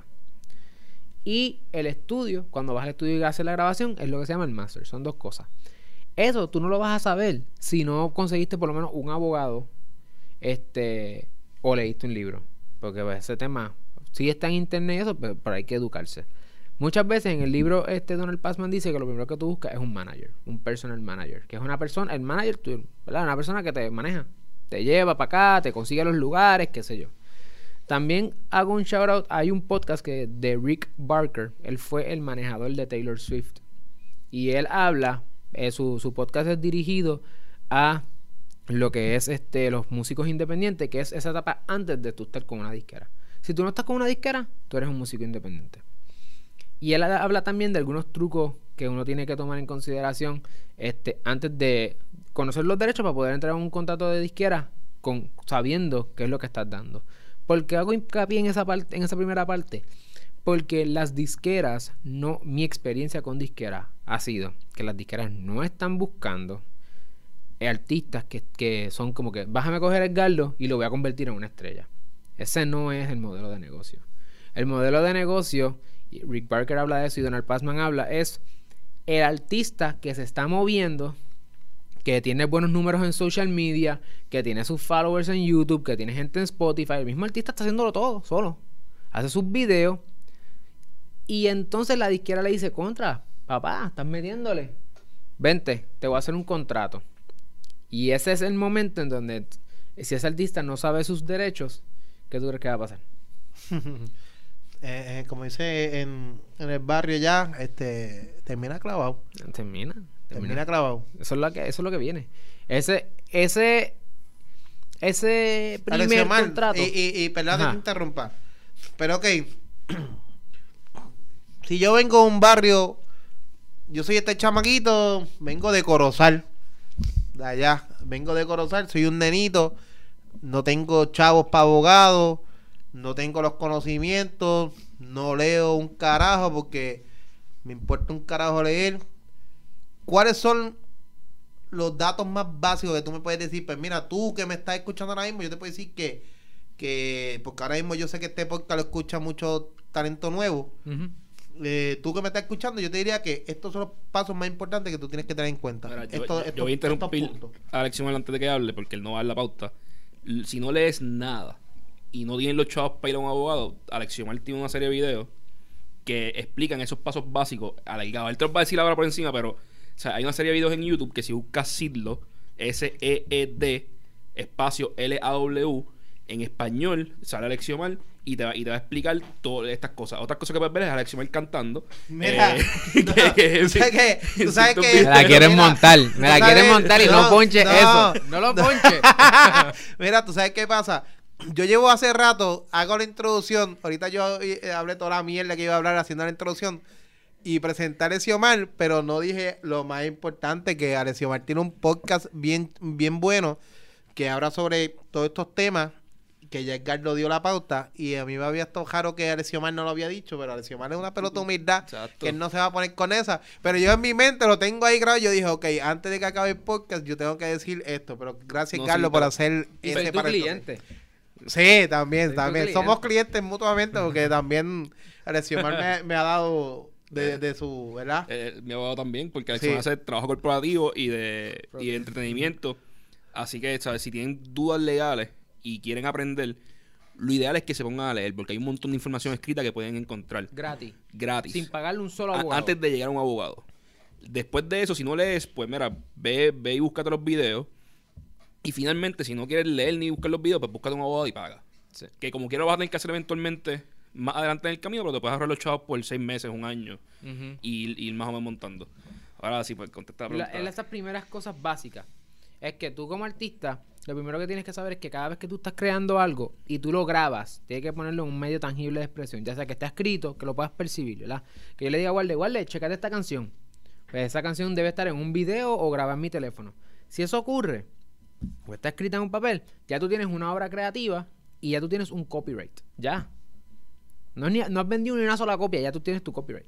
Y el estudio, cuando vas al estudio y haces la grabación, es lo que se llama el master. Son dos cosas. Eso tú no lo vas a saber si no conseguiste por lo menos un abogado este o leíste un libro. Porque pues, ese tema sí está en internet y eso, pero, pero hay que educarse. Muchas veces en el libro este Donald Passman dice que lo primero que tú buscas es un manager, un personal manager, que es una persona, el manager tuyo, ¿verdad? Una persona que te maneja, te lleva para acá, te consigue los lugares, qué sé yo. También hago un shout out, hay un podcast que de Rick Barker, él fue el manejador de Taylor Swift y él habla, eh, su, su podcast es dirigido a lo que es este los músicos independientes, que es esa etapa antes de tú estar con una disquera. Si tú no estás con una disquera, tú eres un músico independiente. Y él habla también de algunos trucos que uno tiene que tomar en consideración este, antes de conocer los derechos para poder entrar a un contrato de disquera con, sabiendo qué es lo que estás dando. ¿Por qué hago hincapié en esa parte, en esa primera parte? Porque las disqueras, no, mi experiencia con disqueras ha sido que las disqueras no están buscando artistas que, que son como que bájame a coger a Edgardo y lo voy a convertir en una estrella. Ese no es el modelo de negocio. El modelo de negocio, y Rick Barker habla de eso y Donald Passman habla, es el artista que se está moviendo, que tiene buenos números en social media, que tiene sus followers en YouTube, que tiene gente en Spotify. El mismo artista está haciéndolo todo, solo. Hace sus videos. Y entonces la disquera le dice, contra, papá, estás metiéndole. Vente, te voy a hacer un contrato. Y ese es el momento en donde, si ese artista no sabe sus derechos, ¿qué tú crees que va a pasar? eh, eh, como dice en, en el barrio ya, este termina clavado. Termina. Termina, Termina. clavado. Eso es lo que, eso es lo que viene. Ese, ese, ese primer Alexio Mar, contrato. Y, y, y perdón que Ajá. te interrumpa. Pero ok. Si yo vengo de un barrio, yo soy este chamaquito, vengo de Corozal. De allá. Vengo de Corozal, soy un nenito. No tengo chavos para abogados. No tengo los conocimientos. No leo un carajo porque me importa un carajo leer. ¿Cuáles son los datos más básicos que tú me puedes decir? Pues mira, tú que me estás escuchando ahora mismo, yo te puedo decir que, que porque ahora mismo yo sé que este podcast lo escucha mucho talento nuevo. Ujú. Eh, tú que me estás escuchando, yo te diría que estos son los pasos más importantes que tú tienes que tener en cuenta. Mira, yo, Estos- yo- estos- yo voy a interrumpir estos puntos. a Alex Manuel antes de que hable porque él no va a dar la pauta. L- Si no lees nada y no tienes los chavos para ir a un abogado, Alex Manuel tiene una serie de videos que explican esos pasos básicos alargados. Él te los va a decir ahora por encima, pero o sea, hay una serie de videos en YouTube que si buscas Seedlo, S E E D, espacio L A W, en español, sale Alexiomar y te va, y te va a explicar todas estas cosas. Otras cosas que puedes ver es Alexiomar cantando. Mira, eh, no, que- que- tú sabes que, tú sabes ciertos que Me la quieren mira, montar, me tú la sabes- quieren montar y no, no, ponche no, eso. No lo ponche. Mira, tú sabes qué pasa. Yo llevo hace rato, hago la introducción. Ahorita yo eh, hablé toda la mierda que iba a hablar haciendo la introducción y presentar a Alexiomar, pero no dije lo más importante, que Alexiomar tiene un podcast bien, bien bueno que habla sobre todos estos temas, que ya Edgar lo dio la pauta y a mí me había estado raro que Alexiomar no lo había dicho, pero Alexiomar es una pelota de humildad. Exacto. Que él no se va a poner con esa. Pero yo en mi mente lo tengo ahí grabado. Yo dije, ok, antes de que acabe el podcast, yo tengo que decir esto. Pero gracias, No, Carlos, sí, por pero- hacer Y ese soy tu paréntesis. cliente. Sí, también, Soy tu también. cliente. Somos clientes mutuamente porque también Alexiomar me, me ha dado de, de su, ¿verdad? Eh, mi abogado también, porque Sí. Alexiomar hace trabajo corporativo y de, y de entretenimiento. Así que, ¿sabes? Si tienen dudas legales y quieren aprender, lo ideal es que se pongan a leer, porque hay un montón de información escrita que pueden encontrar Gratis. gratis. Sin pagarle un solo a- abogado. antes de llegar a un abogado. Después de eso, si no lees, pues mira, ve, ve y búscate los videos. Y finalmente, si no quieres leer ni buscar los videos, pues búscate un abogado y paga. Sí. Que como quiera vas a tener que hacer eventualmente más adelante en el camino, pero te puedes ahorrar los chavos por seis meses, un año, Ujú. y y ir más o menos montando. Ahora sí, pues contestar la La- pregunta. en esas primeras cosas básicas es que tú como artista, lo primero que tienes que saber es que cada vez que tú estás creando algo y tú lo grabas, tienes que ponerlo en un medio tangible de expresión, ya sea que esté escrito, que lo puedas percibir, ¿verdad? Que yo le diga a Walde, Walde, checate esta canción. Pues esa canción debe estar en un video o grabada en mi teléfono. Si eso ocurre, o está escrita en un papel, ya tú tienes una obra creativa y ya tú tienes un copyright. Ya. No, es ni- no has vendido ni una sola copia, ya tú tienes tu copyright.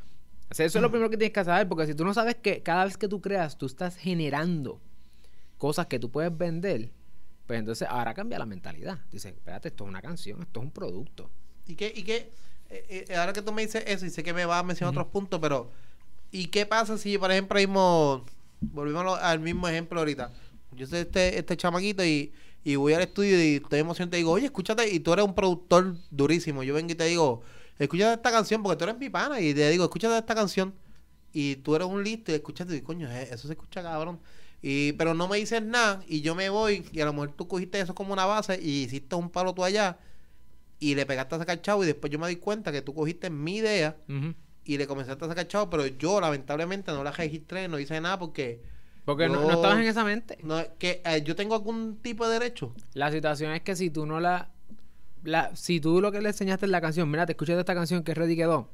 O sea, eso es lo primero que tienes que saber, porque si tú no sabes que cada vez que tú creas, tú estás generando cosas que tú puedes vender, pues entonces ahora cambia la mentalidad. Dices, espérate, esto es una canción, esto es un producto. ¿Y qué, y qué, eh, eh, ahora que tú me dices eso y sé que me vas a mencionar otros puntos, pero ¿y qué pasa si, por ejemplo, mismo, volvimos lo- al mismo ejemplo ahorita? Yo soy este, este chamaquito y, y voy al estudio y estoy emocionado y te digo, oye, escúchate, y tú eres un productor durísimo. Yo vengo y te digo, escúchate esta canción porque tú eres mi pana y te digo, escúchate esta canción. Y tú eres un listo y escúchate y coño, eh, eso se escucha cabrón. Y, pero no me dices nada y yo me voy y a lo mejor tú cogiste eso como una base y hiciste un palo tú allá y le pegaste a sacar chavo y después yo me di cuenta que tú cogiste mi idea Ujú. y le comenzaste a sacar chavo, pero yo lamentablemente no la registré, no hice nada porque Porque no, yo- no estabas en esa mente. no, que eh, yo tengo algún tipo de derecho. La situación es que si tú no la, la... Si tú lo que le enseñaste en la canción, mira, te escuchas esta canción que es Ready quedó,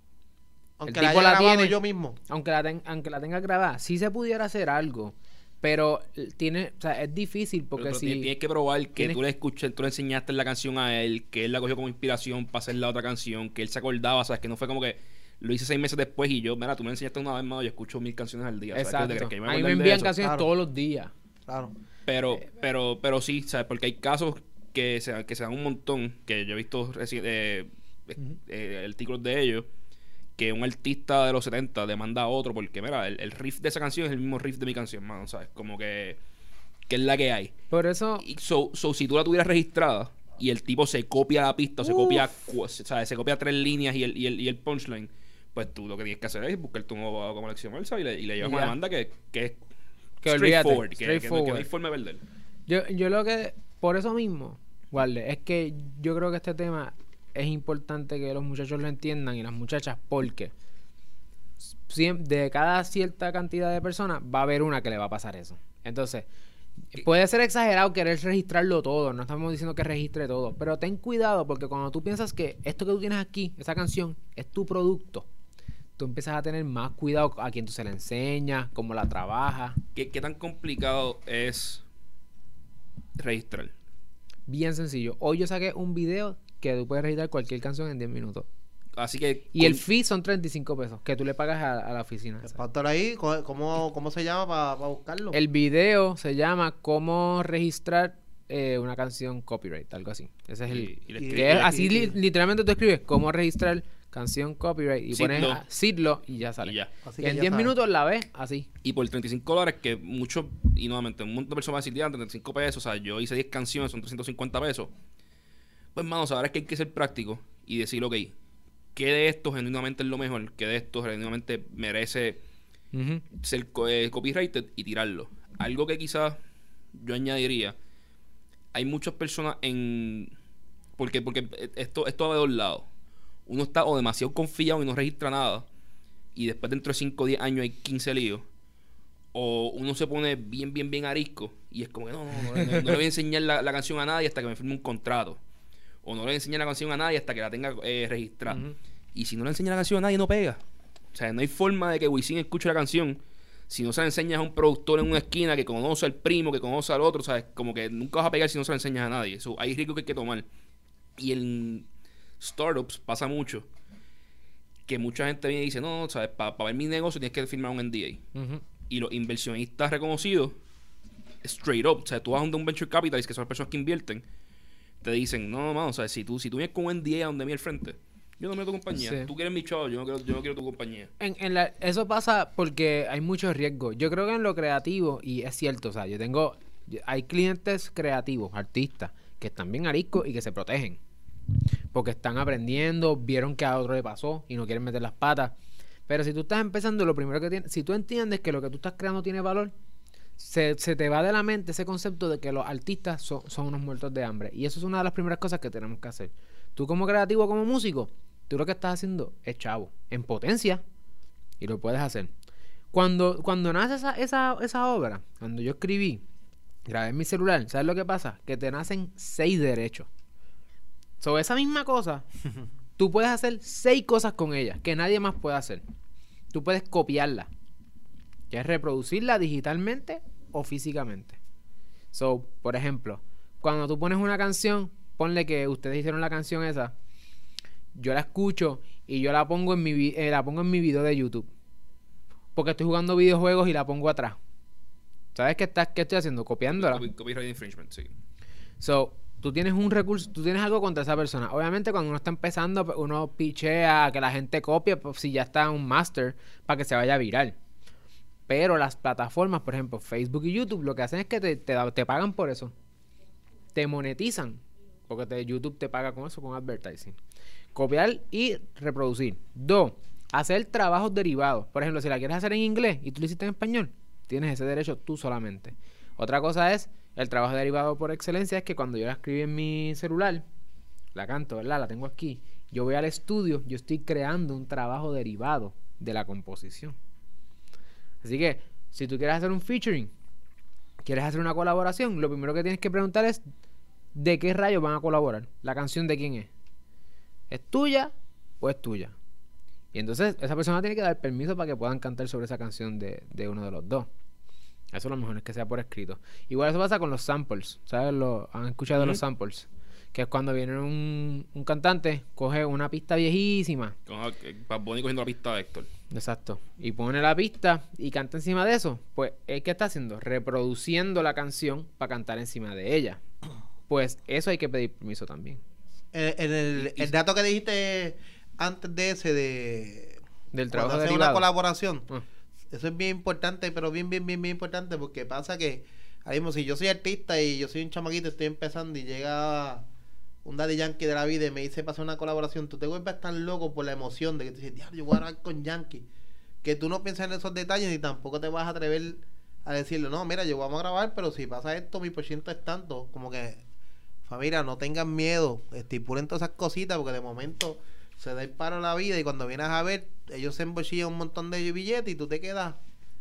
Aunque El la tipo haya la grabado tiene. yo mismo. aunque la, ten- aunque la tengas grabada, sí se pudiera hacer algo, pero tiene, o sea, es difícil porque Pero- pero si... tienes- tienes que probar que tienes- tú le escuché, tú le enseñaste la canción a él, que él la cogió como inspiración para hacer la otra canción, que él se acordaba, sabes, que no fue como que lo hice seis meses después y yo, mira, tú me enseñaste una vez más, yo escucho mil canciones al día. ¿sabes? ¿Qué te Exacto. crees? Que yo me A mí voy me acordar de envían eso. canciones Claro. todos los días. Claro. Pero, Eh, pero, pero sí, ¿sabes? Porque hay casos que se, que se dan un montón, que yo he visto reci- eh, Ujú. eh, artículos de ellos, que un artista de los setenta demanda a otro porque, mira, el, el riff de esa canción es el mismo riff de mi canción, mano, ¿sabes? Como que, que es la que hay. Por eso... Y so, so, si tú la tuvieras registrada y el tipo se copia la pista o se Uf. copia, cu- ¿sabes? Se copia tres líneas y el, y el, y el punchline, pues tú lo que tienes que hacer es buscarte un abogado como Alexiomar, ¿sabes? Y le, y le llevas Y una ya. demanda que, que es Que olvídate, straightforward, que, que, no- que no straightforward. hay forma de perder. Yo, yo lo que, por eso mismo, Walde, es que yo creo que este tema es importante que los muchachos lo entiendan y las muchachas, porque siem- de cada cierta cantidad de personas va a haber una que le va a pasar eso. Entonces, puede ser exagerado querer registrarlo todo, no estamos diciendo que registre todo, pero ten cuidado porque cuando tú piensas que esto que tú tienes aquí, esa canción, es tu producto, tú empiezas a tener más cuidado a quien tú se la enseñas, cómo la trabajas. ¿Qué, qué tan complicado es registrar? Bien sencillo. Hoy yo saqué un video que tú puedes registrar cualquier canción en diez minutos. Así que... Y con- el fee son treinta y cinco pesos que tú le pagas a, a la oficina. Para estar ahí, ¿cómo, cómo, cómo se llama para buscarlo? El video se llama Cómo registrar eh, una canción copyright, algo así. Ese es el... y- y le y- escribe- que es y- así y- li- literalmente tú escribes Cómo registrar canción copyright y Seedlo. pones a- Seedlo y ya sale. y ya. Así Y que en ya diez sabes. minutos la ves así. Y por treinta y cinco dólares, que muchos, y nuevamente, un montón de personas van a decir, "Ya, treinta y cinco pesos, o sea, yo hice diez canciones, son trescientos cincuenta pesos. Pues, mano, saber es que hay que ser práctico y decir, ok, qué de esto genuinamente es lo mejor, qué de esto genuinamente merece Ujú. ser co- eh, copyrighted y tirarlo. Algo que quizás yo añadiría, hay muchas personas en... Porque, porque esto, esto va de dos lados. Uno está o demasiado confiado y no registra nada, y después dentro de cinco o diez años hay quince líos. O uno se pone bien, bien, bien arisco y es como que no, no, no, no, no le voy a enseñar la, la canción a nadie hasta que me firme un contrato. O no le voy a enseñar la canción a nadie hasta que la tenga eh, registrada. Ujú. Y si no le enseña la canción a nadie, no pega. O sea, no hay forma de que Wisin escuche la canción si no se la enseñas a un productor en una esquina que conoce al primo, que conoce al otro. ¿Sabes? Como que nunca vas a pegar si no se la enseñas a nadie. Eso hay riesgo que hay que tomar. Y en startups pasa mucho que mucha gente viene y dice, no, ¿sabes? Para pa ver mi negocio tienes que firmar un N D A. Ujú. Y los inversionistas reconocidos, straight up, o sea, tú vas a un venture capitalist, que son las personas que invierten, te dicen, no, no, mano, o sea, si tú, si tú vienes con un N D A a donde mí al frente, yo no me tu compañía. Sí. Tú quieres mi chavo, yo no quiero, yo no quiero tu compañía. En, en la- eso pasa porque hay mucho riesgo. Yo creo que en lo creativo, y es cierto, o sea, yo tengo, yo- hay clientes creativos, artistas, que están bien ariscos y que se protegen. Porque están aprendiendo, vieron que a otro le pasó y no quieren meter las patas. Pero si tú estás empezando, lo primero que tienes, si tú entiendes que lo que tú estás creando tiene valor, se, se te va de la mente ese concepto de que los artistas son, son unos muertos de hambre. Y eso es una de las primeras cosas que tenemos que hacer. Tú como creativo, como músico, tú lo que estás haciendo es chavo, en potencia, y lo puedes hacer. Cuando, cuando nace esa, esa, esa obra, cuando yo escribí, grabé en mi celular, ¿sabes lo que pasa? Que te nacen seis derechos. Sobre esa misma cosa, tú puedes hacer seis cosas con ella que nadie más puede hacer. Tú puedes copiarla, que es reproducirla digitalmente o físicamente. So, por ejemplo, cuando tú pones una canción, ponle que ustedes hicieron la canción esa, yo la escucho y yo la pongo en mi vi- eh, la pongo en mi video de YouTube. Porque estoy jugando videojuegos y la pongo atrás. ¿Sabes qué estás qué estoy haciendo? Copiándola. Copy- Copyright infringement, sí. So, tú tienes un recurso, tú tienes algo contra esa persona. Obviamente, cuando uno está empezando, pues, uno pichea a que la gente copie, pues, si ya está un master, para que se vaya viral. Pero las plataformas, por ejemplo, Facebook y YouTube, lo que hacen es que te, te, da- te pagan por eso. Te monetizan. Porque te- YouTube te paga con eso, con advertising. Copiar y reproducir. Dos, hacer trabajos derivados. Por ejemplo, si la quieres hacer en inglés y tú lo hiciste en español, tienes ese derecho tú solamente. Otra cosa es, el trabajo derivado por excelencia es que cuando yo la escribí en mi celular, la canto, ¿verdad? La tengo aquí. Yo voy al estudio, yo estoy creando un trabajo derivado de la composición. Así que, si tú quieres hacer un featuring, quieres hacer una colaboración, lo primero que tienes que preguntar es, ¿de qué rayos van a colaborar? ¿La canción de quién es? ¿Es tuya o es tuya? Y entonces esa persona tiene que dar permiso para que puedan cantar sobre esa canción de, de uno de los dos. Eso lo mejor es que sea por escrito. Igual eso pasa con los samples. ¿Sabes? Lo, ¿Han escuchado de los Ujú. samples? Que es cuando viene un, un cantante, coge una pista viejísima. Como eh, Bad Bunny cogiendo la pista de Héctor. Exacto. Y pone la pista y canta encima de eso. Pues, ¿qué está haciendo? Reproduciendo la canción para cantar encima de ella. Pues eso hay que pedir permiso también. En, en el, Y- el dato que dijiste antes de ese, de Del cuando trabajo haces derivado. una colaboración, Ah. eso es bien importante, pero bien, bien, bien, bien importante, porque pasa que, ahora mismo, si yo soy artista y yo soy un chamaquito, estoy empezando y llega un Daddy Yankee de la vida y me dice para hacer una colaboración, tú te vuelves tan loco por la emoción de que te dices, diablo, yo voy a grabar con Yankee, que tú no piensas en esos detalles ni tampoco te vas a atrever a decirle, no, mira, yo vamos a grabar, pero si pasa esto, mi por ciento es tanto, como que, familia, no tengan miedo, estipulen todas esas cositas, porque de momento se da el paro en la vida y cuando vienes a ver, ellos se embolsillan un montón de billetes y tú te quedas,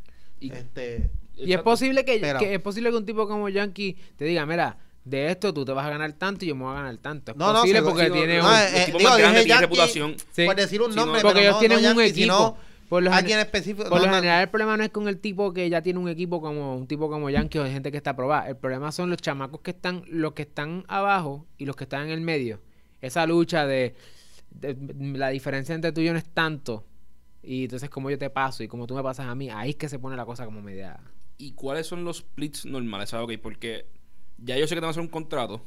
Y, este... Y es exacto. posible que, Pero- que es posible que un tipo como Yankee te diga, mira, de esto tú te vas a ganar tanto y yo me voy a ganar tanto. Es No, no, posible sí, porque Sí, no, tiene no, un... no, eh, los tipos digo, más dije grandes tienen Yankee, reputación. Sí. por decir un Sí, nombre, no, porque pero ellos no, tienen no un Yankee, equipo. sino Por lo, alguien gen- específico. por lo no, no, general el problema no es con el tipo que ya tiene un equipo como un tipo como Yankee o de gente que está aprobada. El problema son los chamacos que están, los que están abajo y los que están en el medio. Esa lucha de, de- la diferencia entre tú y yo no es tanto. Y entonces como yo te paso y como tú me pasas a mí, ahí es que se pone la cosa como media... ¿Y cuáles son los splits normales? ¿Sabes? Ok, porque ya yo sé que te van a hacer un contrato,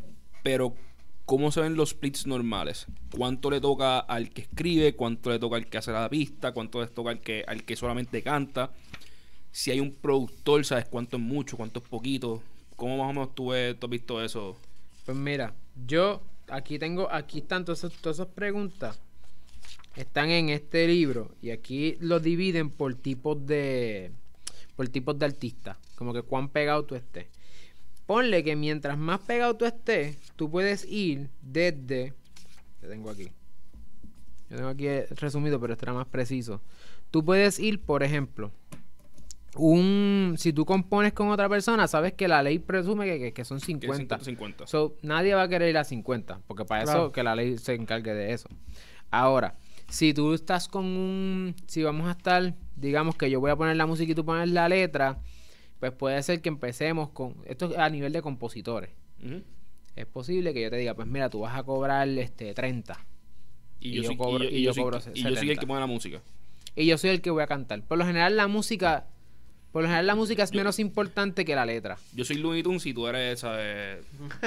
pero ¿cómo se ven los splits normales? ¿Cuánto le toca al que escribe? ¿Cuánto le toca al que hace la pista? ¿Cuánto le toca al que, al que solamente canta? Si hay un productor, ¿sabes cuánto es mucho? ¿Cuánto es poquito? ¿Cómo más o menos tú, ves- tú has visto eso? Pues mira, yo aquí tengo, aquí están todas esas, todas esas preguntas. están en este libro y aquí los dividen por tipos de por tipos de artistas, como que cuán pegado tú estés. Ponle que mientras más pegado tú estés, tú puedes ir desde, yo tengo aquí, yo tengo aquí resumido, pero este era más preciso. Tú puedes ir, por ejemplo, un si tú compones con otra persona, sabes que la ley presume que, que, que son cincuenta. cincuenta. So, nadie va a querer ir a cincuenta, porque para Claro. eso que la ley se encargue de eso. Ahora, si tú estás con un... Si vamos a estar... Digamos que yo voy a poner la música y tú pones la letra, pues puede ser que empecemos con... Esto es a nivel de compositores. Uh-huh. Es posible que yo te diga, pues mira, tú vas a cobrar este treinta. Y, Y yo, yo soy, cobro- y yo- y y yo yo soy- cobro y yo soy el setenta. que pone la música. Y yo soy el que voy a cantar. Por lo general la música... Por lo general la música es menos importante que la letra. Yo soy Looney Tunes y tú eres, ¿sabes?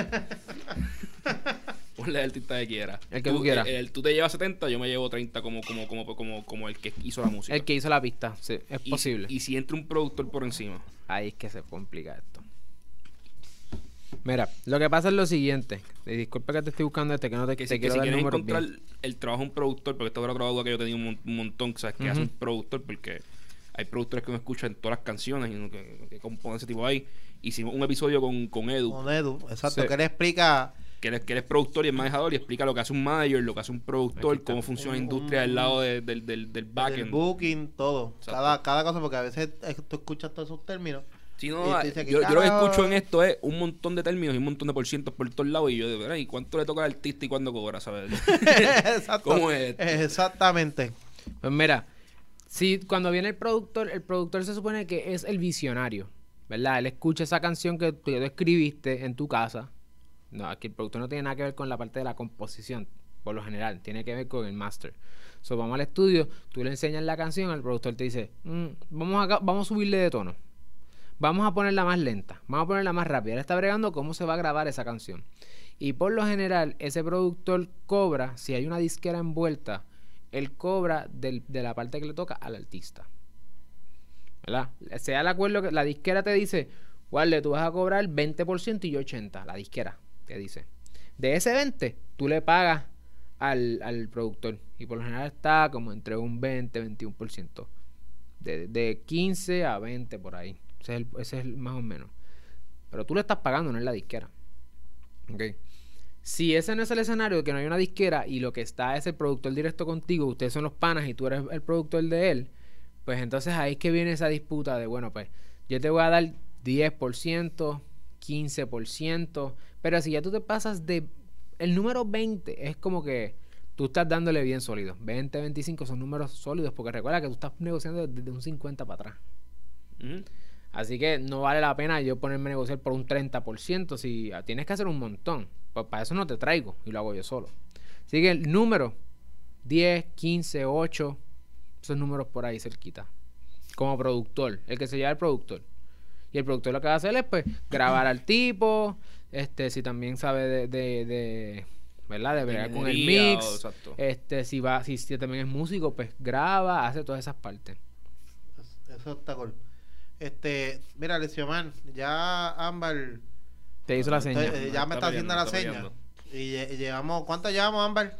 Ponle el artista que quiera. El que tú quieras. El, el- tú te llevas setenta, yo me llevo treinta como, como, como, como, como el que hizo la música. El que hizo la pista, sí, es Y- posible. Y si entra un productor por encima. Ahí es que se complica esto. Mira, lo que pasa es lo siguiente. Y disculpa que te estoy buscando este, que no te, Que te si, que quiero si dar quieres números encontrar bien. el trabajo de un productor, porque esto era otra duda que yo tenía un, mon- un montón, ¿sabes? Que hace Ujú. un productor, porque hay productores que uno escucha en todas las canciones y uno que, que compone ese tipo ahí. Hicimos un episodio con, con Edu, Con Edu, exacto, Sí. que él explica que él, es- que él es productor y es manejador y explica lo que hace un manager, lo que hace un productor, Aquí está. cómo funciona la Un- industria un- del lado de- del, del, del el backend. booking, todo. Exacto. Cada, cada cosa, porque a veces eh, tú escuchas todos esos términos. Sí, Y no, tú ah, dices, ¿qué yo, yo lo que carajo? escucho en esto es un montón de términos y un montón de por cientos por todos lados y yo de ¿y cuánto le toca al artista y cuándo cobra, sabes? Exacto. ¿Cómo es esto? Exactamente. Pues mira, si cuando viene el productor, el productor se supone que es el visionario, ¿verdad? Él escucha esa canción que tú, que tú escribiste en tu casa. No, aquí el productor no tiene nada que ver con la parte de la composición, por lo general, tiene que ver con el master. So, vamos al estudio, tú le enseñas la canción, el productor te dice, "Mm, vamos, a, vamos a subirle de tono. Vamos a ponerla más lenta, vamos a ponerla más rápida". Él está bregando cómo se va a grabar esa canción. Y por lo general, ese productor cobra, si hay una disquera envuelta, él cobra del- de la parte que le toca al artista. ¿Verdad? Sea el acuerdo que la disquera te dice, Warle, tú vas a cobrar veinte por ciento y yo ochenta por ciento. La disquera te dice. De ese veinte, tú le pagas al, al productor. Y por lo general está como entre un veinte, veintiuno por ciento. De, de quince a veinte por ahí. Ese es, el, ese es el más o menos. Pero tú le estás pagando, no es la disquera. Ok. Si ese no es el escenario, que no hay una disquera y lo que está es el productor directo contigo, ustedes son los panas y tú eres el productor de él, pues entonces ahí es que viene esa disputa de, bueno, pues yo te voy a dar diez por ciento, quince por ciento, pero si ya tú te pasas de... El número veinte es como que tú estás dándole bien sólido. veinte, veinticinco son números sólidos porque recuerda que tú estás negociando desde un cincuenta para atrás. Ujú. Así que no vale la pena yo ponerme a negociar por un treinta por ciento si ah, tienes que hacer un montón. Pues para eso no te traigo y lo hago yo solo. Así que el número diez, quince, ocho, esos números por ahí cerquita. Como productor, el que se lleva el productor. Y el productor lo que va a hacer es pues grabar al tipo, este, si también sabe de, de, de ¿verdad? De bregar con el Ingeniería, mix. o- exacto. Este, si va, si, si también es músico, pues graba, hace todas esas partes. Eso está cool. Este, mira, Lesioman, ya Ámbar Te hizo la estoy- seña. eh, ya me Está está haciendo peleando, la está seña. peleando. Y lle- llevamos, ¿cuánto llevamos, Ámbar?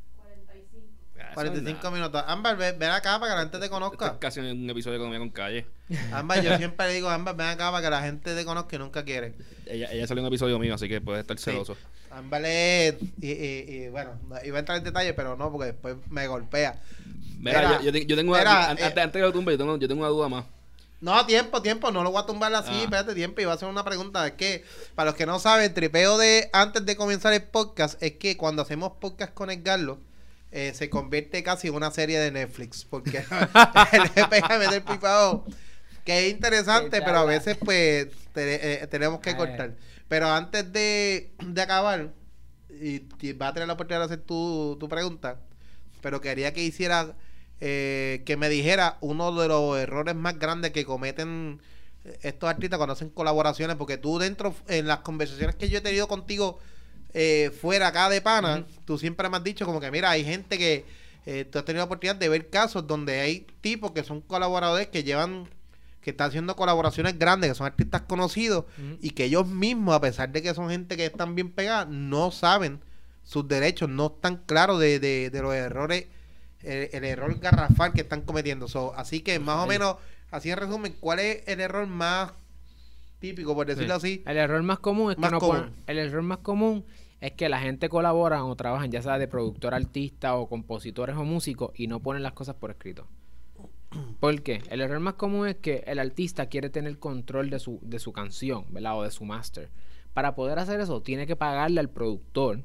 Ah, cuarenta y eso es cinco nada. minutos. Ámbar, ven, ven acá para que la gente te Esto es conozca. casi un episodio de Economía con Calle. Ámbar, yo siempre le digo, Ámbar, ven acá para que la gente te conozca y nunca quiere. Ella, ella salió en un episodio mío, así que puedes estar Sí. celoso. Ámbar es, y, y, y bueno, iba a entrar en detalle, pero no, porque después me golpea. Mira, Mira, yo, yo, te- yo tengo mira, una, an- eh, antes, antes que lo tumbe, yo tengo, yo tengo una duda más. No, tiempo, tiempo, no lo voy a tumbar así, Ah. espérate, tiempo, y voy a hacer una pregunta. Es que, para los que no saben, el tripeo de antes de comenzar el podcast es que cuando hacemos podcast con Edgardo, eh, se convierte casi en una serie de Netflix, porque él le pega a meter pipado, que es interesante, Qué pero a chala. veces, pues, te- eh, tenemos que Ay. cortar. Pero antes de, de acabar, y, y vas a tener la oportunidad de hacer tu, tu pregunta, pero quería que hicieras, eh, que me dijera uno de los errores más grandes que cometen estos artistas cuando hacen colaboraciones, porque tú dentro, en las conversaciones que yo he tenido contigo eh, fuera acá de pana, Ujú. tú siempre me has dicho como que mira, hay gente que, eh, tú has tenido la oportunidad de ver casos donde hay tipos que son colaboradores que llevan, que están haciendo colaboraciones grandes, que son artistas conocidos, Ujú. y que ellos mismos, a pesar de que son gente que están bien pegadas, no saben sus derechos, no están claros de, de, de los errores el, el error garrafal que están cometiendo. So, así que más o menos, así en resumen, ¿cuál es el error más típico, por decirlo Sí. así? El error más común es que Más no común. ponen- el error más común es que la gente colabora o trabajan ya sea de productor, artista o compositores o músicos y no ponen las cosas por escrito. ¿Por qué? El error más común es que el artista quiere tener control de su, de su canción, ¿verdad? O de su master. Para poder hacer eso, tiene que pagarle al productor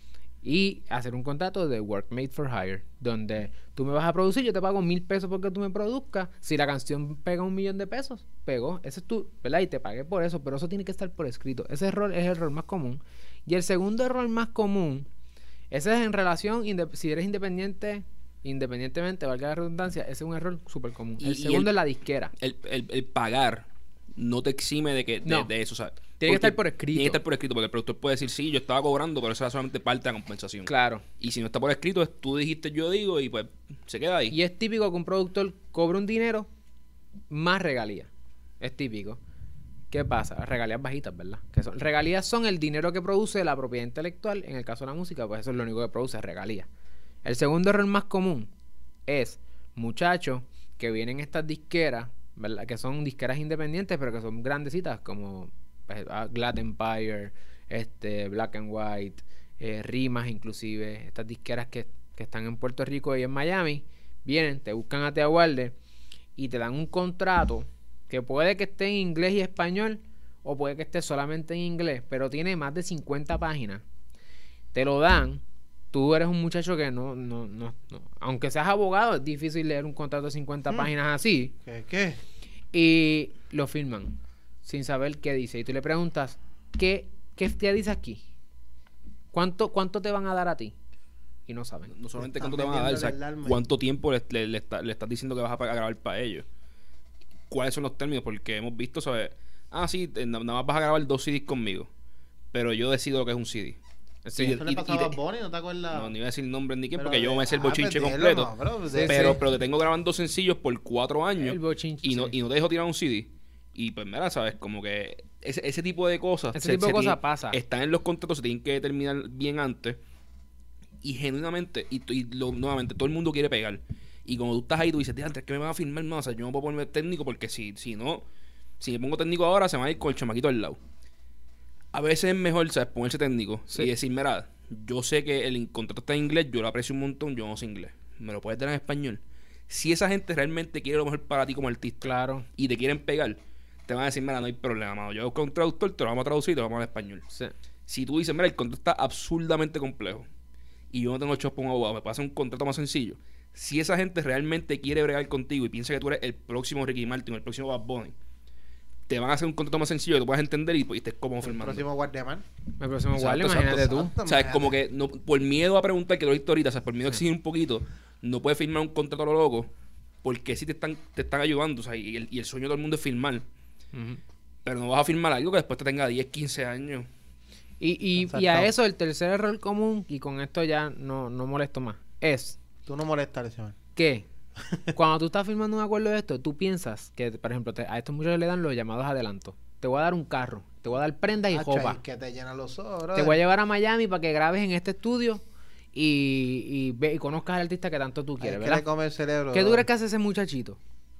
y hacer un contrato de work made for hire, donde tú me vas a producir, yo te pago mil pesos porque tú me produzcas. Si la canción pega un millón de pesos, pegó. Ese es tu, ¿verdad? Y te pagué por eso, pero eso tiene que estar por escrito. Ese error es el error más común. Y el segundo error más común, ese es en relación, inde- si eres independiente, independientemente, valga la redundancia, ese es un error súper común. Y- El y segundo el- es la disquera. El, el, el pagar no te exime de que de, No. de eso, ¿sabes? Tiene que Porque estar por escrito. Tiene que estar por escrito, porque el productor puede decir, sí, yo estaba cobrando, pero eso era solamente parte de la compensación. Claro. Y si no está por escrito, es tú dijiste, yo digo, y pues se queda ahí. Y es típico que un productor cobre un dinero más regalías. Es típico. ¿Qué pasa? Regalías bajitas, ¿verdad? Que son, regalías son el dinero que produce la propiedad intelectual. En el caso de la música, pues eso es lo único que produce, regalías. El segundo error más común es muchachos que vienen estas disqueras, ¿verdad? Que son disqueras independientes, pero que son grandecitas, como pues, ah, Glad Empire, este, Black and White, eh, Rimas inclusive, estas disqueras que, que están en Puerto Rico y en Miami, vienen, te buscan a Te Aguarde y te dan un contrato que puede que esté en inglés y español o puede que esté solamente en inglés, pero tiene más de cincuenta páginas. Te lo dan. Tú eres un muchacho que no, no, no, no. Aunque seas abogado, es difícil leer un contrato de cincuenta Mm. páginas así. ¿Qué? ¿Qué? Y lo firman sin saber qué dice. Y tú le preguntas, ¿qué, qué te dice aquí? ¿Cuánto, ¿Cuánto te van a dar a ti? Y no saben. No solamente Están cuánto te van a dar, metiéndole o sea, el alma. cuánto tiempo le, le- le está- le estás diciendo que vas a pagar- a grabar para ellos. ¿Cuáles son los términos? Porque hemos visto, ¿sabes? Ah, sí, te- na- nada más vas a grabar dos C Ds conmigo. Pero yo decido lo que es un C D. Sí, Y- Eso le y- pasaba y a te- Bonnie, ¿no te acuerdas? No, ni voy a decir nombre ni quién, Pero porque yo de- me sé el ah, bochinche pues, dilo, completo. no, pero Sí, de- pero, sí. pero te tengo grabando sencillos por cuatro años. El bochinche, y no, sí. y no te dejo tirar un C D. Y pues mira, ¿sabes? Como que ese, ese tipo de cosas. Ese tipo de cosas tiene- pasa. Están en los contratos, se tienen que determinar bien antes. Y genuinamente, y, y lo- nuevamente, todo el mundo quiere pegar. Y como tú estás ahí, tú dices, antes que me van a firmar más. O sea, yo no puedo ponerme técnico porque si, si no, si me pongo técnico ahora, se me va a ir con el chamaquito al lado. A veces es mejor, ¿sabes? Ponerse técnico Sí. y decir, mira, yo sé que el contrato está en inglés, yo lo aprecio un montón, yo no sé inglés. ¿Me lo puedes dar en español? Si esa gente realmente quiere lo mejor para ti como artista Claro. y te quieren pegar, te van a decir, mira, no hay problema, mano. Yo con un traductor te lo vamos a traducir y te lo vamos a dar en español. Sí. Si tú dices, mira, el contrato está absurdamente complejo y yo no tengo chop para un abogado, me puedo hacer un contrato más sencillo. Si esa gente realmente quiere bregar contigo y piensa que tú eres el próximo Ricky Martin o el próximo Bad Bunny, te van a hacer un contrato más sencillo que tú puedas entender y, pues, y estés cómodo El firmando. próximo guardiaman. El próximo Exacto, igual, imagínate exacto, tú. exacto. O sea, es como que no, por miedo a preguntar, que lo dijiste ahorita, o sea, por miedo a exigir un poquito, no puedes firmar un contrato a lo loco, porque si te están, te están ayudando, o sea, y el, y el sueño de todo el mundo es firmar. Ujú. Pero no vas a firmar algo que después te tenga diez, quince años. Y, y, Exacto. y a eso el tercer error común, y con esto ya no, no molesto más, es Tú no molestas, Leximan. que cuando tú estás firmando un acuerdo de esto, tú piensas que, por ejemplo, te- a estos muchachos le dan los llamados adelantos. Te voy a dar un carro, te voy a dar prendas y Hacho, ropa. ahí que te llenan los ojos, Te brother. voy a llevar a Miami para que grabes en este estudio y, y, ve, y conozcas al artista que tanto tú Hay quieres, que ¿verdad? le come el cerebro. ¿Qué tú brother. crees que hace ese muchachito?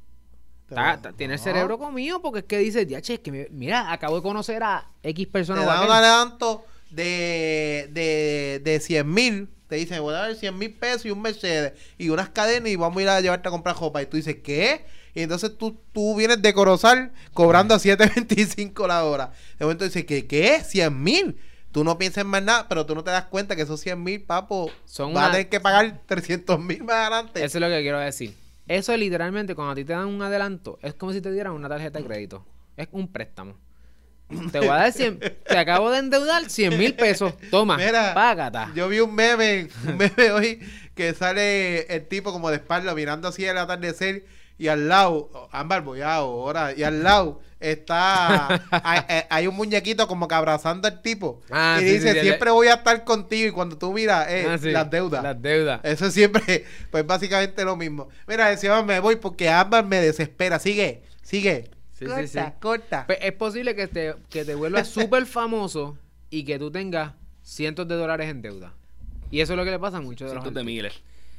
Te Está- va- está- tiene el no. cerebro comido porque es que dice, ya che, es que me- mira, acabo de conocer a X Te persona. o dan aquel". un adelanto de, de, de cien mil. Te dicen, voy a dar cien mil pesos y un Mercedes y unas cadenas y vamos a ir a llevarte a comprar ropa. Y tú dices, ¿qué? Y entonces tú, tú vienes de Corozal cobrando a siete veinticinco la hora. De momento dices, ¿qué? ¿Qué? ¿cien mil? Tú no piensas en más nada, pero tú no te das cuenta que esos cien mil, papo, Son vas a una- tener que pagar trescientos mil más adelante. Eso es lo que quiero decir. Eso literalmente, cuando a ti te dan un adelanto, es como si te dieran una tarjeta de crédito. Es un préstamo. Te voy a dar cien, te acabo de endeudar cien mil pesos. Toma, Mira, págata. Yo vi un meme, un meme hoy que sale el tipo como de espalda mirando así el atardecer y al lado, ámbar bollado, ahora, y al lado está, hay, hay- hay un muñequito como que abrazando al tipo Ah, y sí, dice, sí, sí, siempre voy a estar contigo y cuando tú miras, eh, Ah, sí, las deudas. Las deudas. Eso es siempre, pues básicamente lo mismo. Mira, decía, me voy porque Ámbar me desespera. Sigue, sigue. Sí, corta, sí, sí. corta. Pues es posible que te, que te vuelvas súper famoso y que tú tengas cientos de dólares en deuda. Y eso es lo que le pasa a muchos de los Cientos de artistas. miles.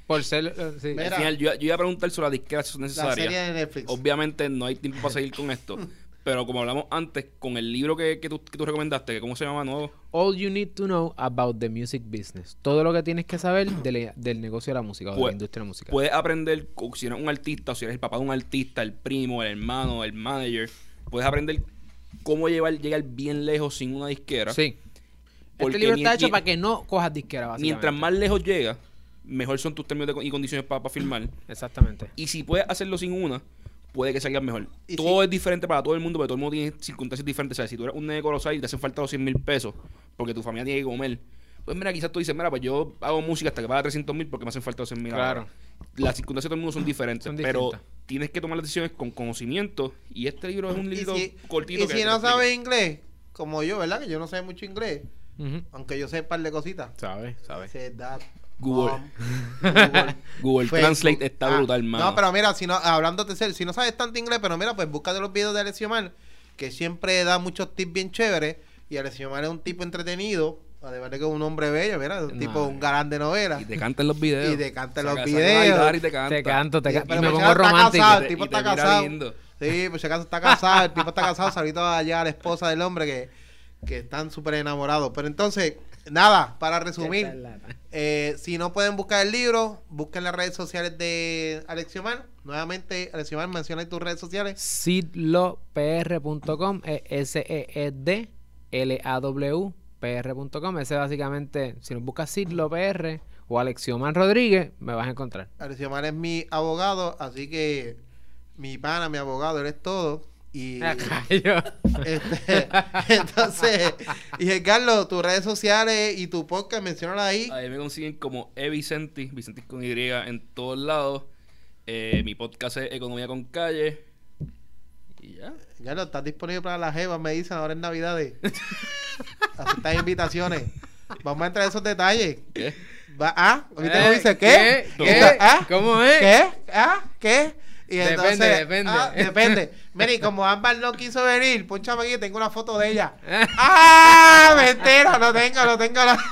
Por ser... eh, sí. Mira. Al final, yo, yo iba a preguntar sobre las disqueras si son La necesarias. serie de Netflix. Obviamente no hay tiempo para seguir con esto. Pero como hablamos antes, con el libro que, que, tú, que tú recomendaste, que ¿cómo se llama nuevo? All you need to know about the music business. Todo lo que tienes que saber del, del negocio de la música o de la Pues, industria musical. Puedes aprender, co- si eres un artista o si eres el papá de un artista, el primo, el hermano, el manager, puedes aprender cómo llevar, llegar bien lejos sin una disquera. Sí. Porque Este libro está mien- hecho mien- para que no cojas disquera, básicamente. Mientras más lejos llegas, mejor son tus términos de co- y condiciones para firmar. Exactamente. Y si puedes hacerlo sin una, puede que salgas mejor. Y Todo si- es diferente para todo el mundo, porque todo el mundo tiene circunstancias diferentes. O sea, si tú eres un nene de Corozal y te hacen falta los cien mil pesos porque tu familia tiene que comer, pues mira, quizás tú dices, mira, pues yo hago música hasta que paga trescientos mil porque me hacen falta los cien mil. Claro. Las circunstancias de todo el mundo son diferentes, Son pero distintas. tienes que tomar las decisiones con conocimiento. Y este libro es un Y libro si, cortito. y que si te no explica. sabes inglés, como yo, ¿verdad? Que yo no sé mucho inglés, Ujú. aunque yo sé un par de cositas. ¿Sabes? ¿Sabes? Sé that, Google. mom, Google, Google Facebook. Translate está Ah, brutal, mano. No, pero mira, si no, hablando de ser, si no sabes tanto inglés, pero mira, pues búscate los videos de Alessio Mar, que siempre da muchos tips bien chéveres. Y Alessio Mar es un tipo entretenido, además de que es un hombre bello, mira, es un No. tipo, un galán de novela. Y te cantan los videos. Y te canta en los Saca- saca la videos. guitarra y te canta. Te canto, te Sí, canto. pero Y me por si pongo acaso está romántico. casado, Y el te- tipo y te está mira casado. lindo. Sí, por si acaso está casado, el tipo está casado, ahorita allá a la esposa del hombre que, que están súper enamorados. Pero entonces, nada, para resumir, eh, si no pueden buscar el libro, busquen las redes sociales de Alexiomar. Nuevamente, Alexiomar, menciona tus redes sociales. sidlo p r punto com, S E E D L A W P R punto com. Ese básicamente, si nos buscas Sidlo P R o Alexiomar Rodríguez, me vas a encontrar. Alexiomar es mi abogado, así que mi pana, mi abogado, eres todo. Y este, entonces, y Carlos, tus redes sociales y tu podcast, menciónala ahí. Ahí me consiguen como E Vicenti, Vicenti con Y en todos lados. Eh, mi podcast es Economía con Calle. Y ya. Carlos, estás disponible para las jevas, me dicen ahora en Navidades. Aceptas invitaciones. Vamos a entrar en esos detalles. ¿Qué? Va, ah, ¿viste Eh, cómo dice? ¿Qué? ¿Qué? Dice, ¿ah? ¿Cómo es? ¿Qué? ¿Ah? ¿Qué? Y Depende, entonces, depende. ah, depende. Mira, y como Ámbar no quiso venir, ponchame aquí, tengo una foto de ella. ¡Ah! Mentira, no tengo, no tengo. No.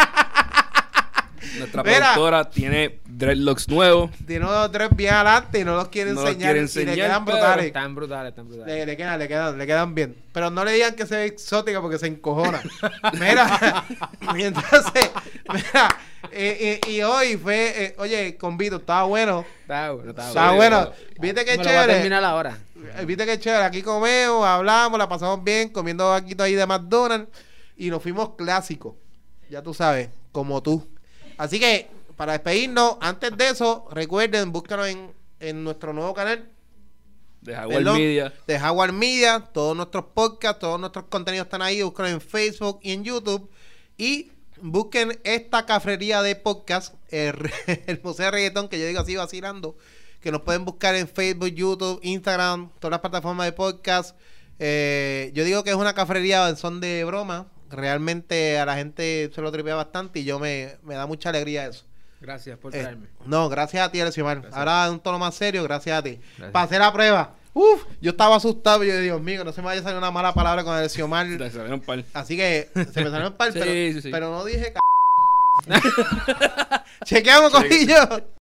Nuestra Mira. productora tiene dreadlocks nuevos. Tiene unos tres bien adelante y no los quiere No los enseñar. quiere y enseñar, le quedan pero brutales. Están brutales, están brutales. Le, le quedan, le quedan, le quedan bien. Pero no le digan que se ve exótica porque se encojona. Mira, y entonces, mira, eh, eh, y hoy fue, eh, oye, con Vito, estaba bueno. Está bueno, está Está bueno. bueno. Viste que Me lo voy a chévere. terminar ahora. Eh, Viste que chévere. Aquí comemos, hablamos, la pasamos bien, comiendo vaquito ahí de McDonald's. Y nos fuimos clásicos. Ya tú sabes, como tú. Así que, para despedirnos, antes de eso, recuerden, búscanos en, en nuestro nuevo canal De Jaguar Perdón, Media. de Jaguar Media. Todos nuestros podcasts, todos nuestros contenidos están ahí. Búsquenlo en Facebook y en YouTube. Y busquen esta cafrería de podcast, el, el Museo de Reggaetón, que yo digo así vacilando, que nos pueden buscar en Facebook, YouTube, Instagram, todas las plataformas de podcast. Eh, yo digo que es una cafrería en son de broma. Realmente a la gente se lo tripea bastante y yo me, me da mucha alegría eso. Gracias por Eh, traerme. no, gracias a ti, Alexiomar. Gracias. Ahora en un tono más serio, gracias a ti. Gracias. Pasé la prueba. Uf, yo estaba asustado. Y yo, Dios mío, no se me vaya a salir una mala palabra con Alexiomar. Te salieron par. Así que se me salió el par, Sí, pero, sí, sí. pero no dije c... Chequeamos, cojillo.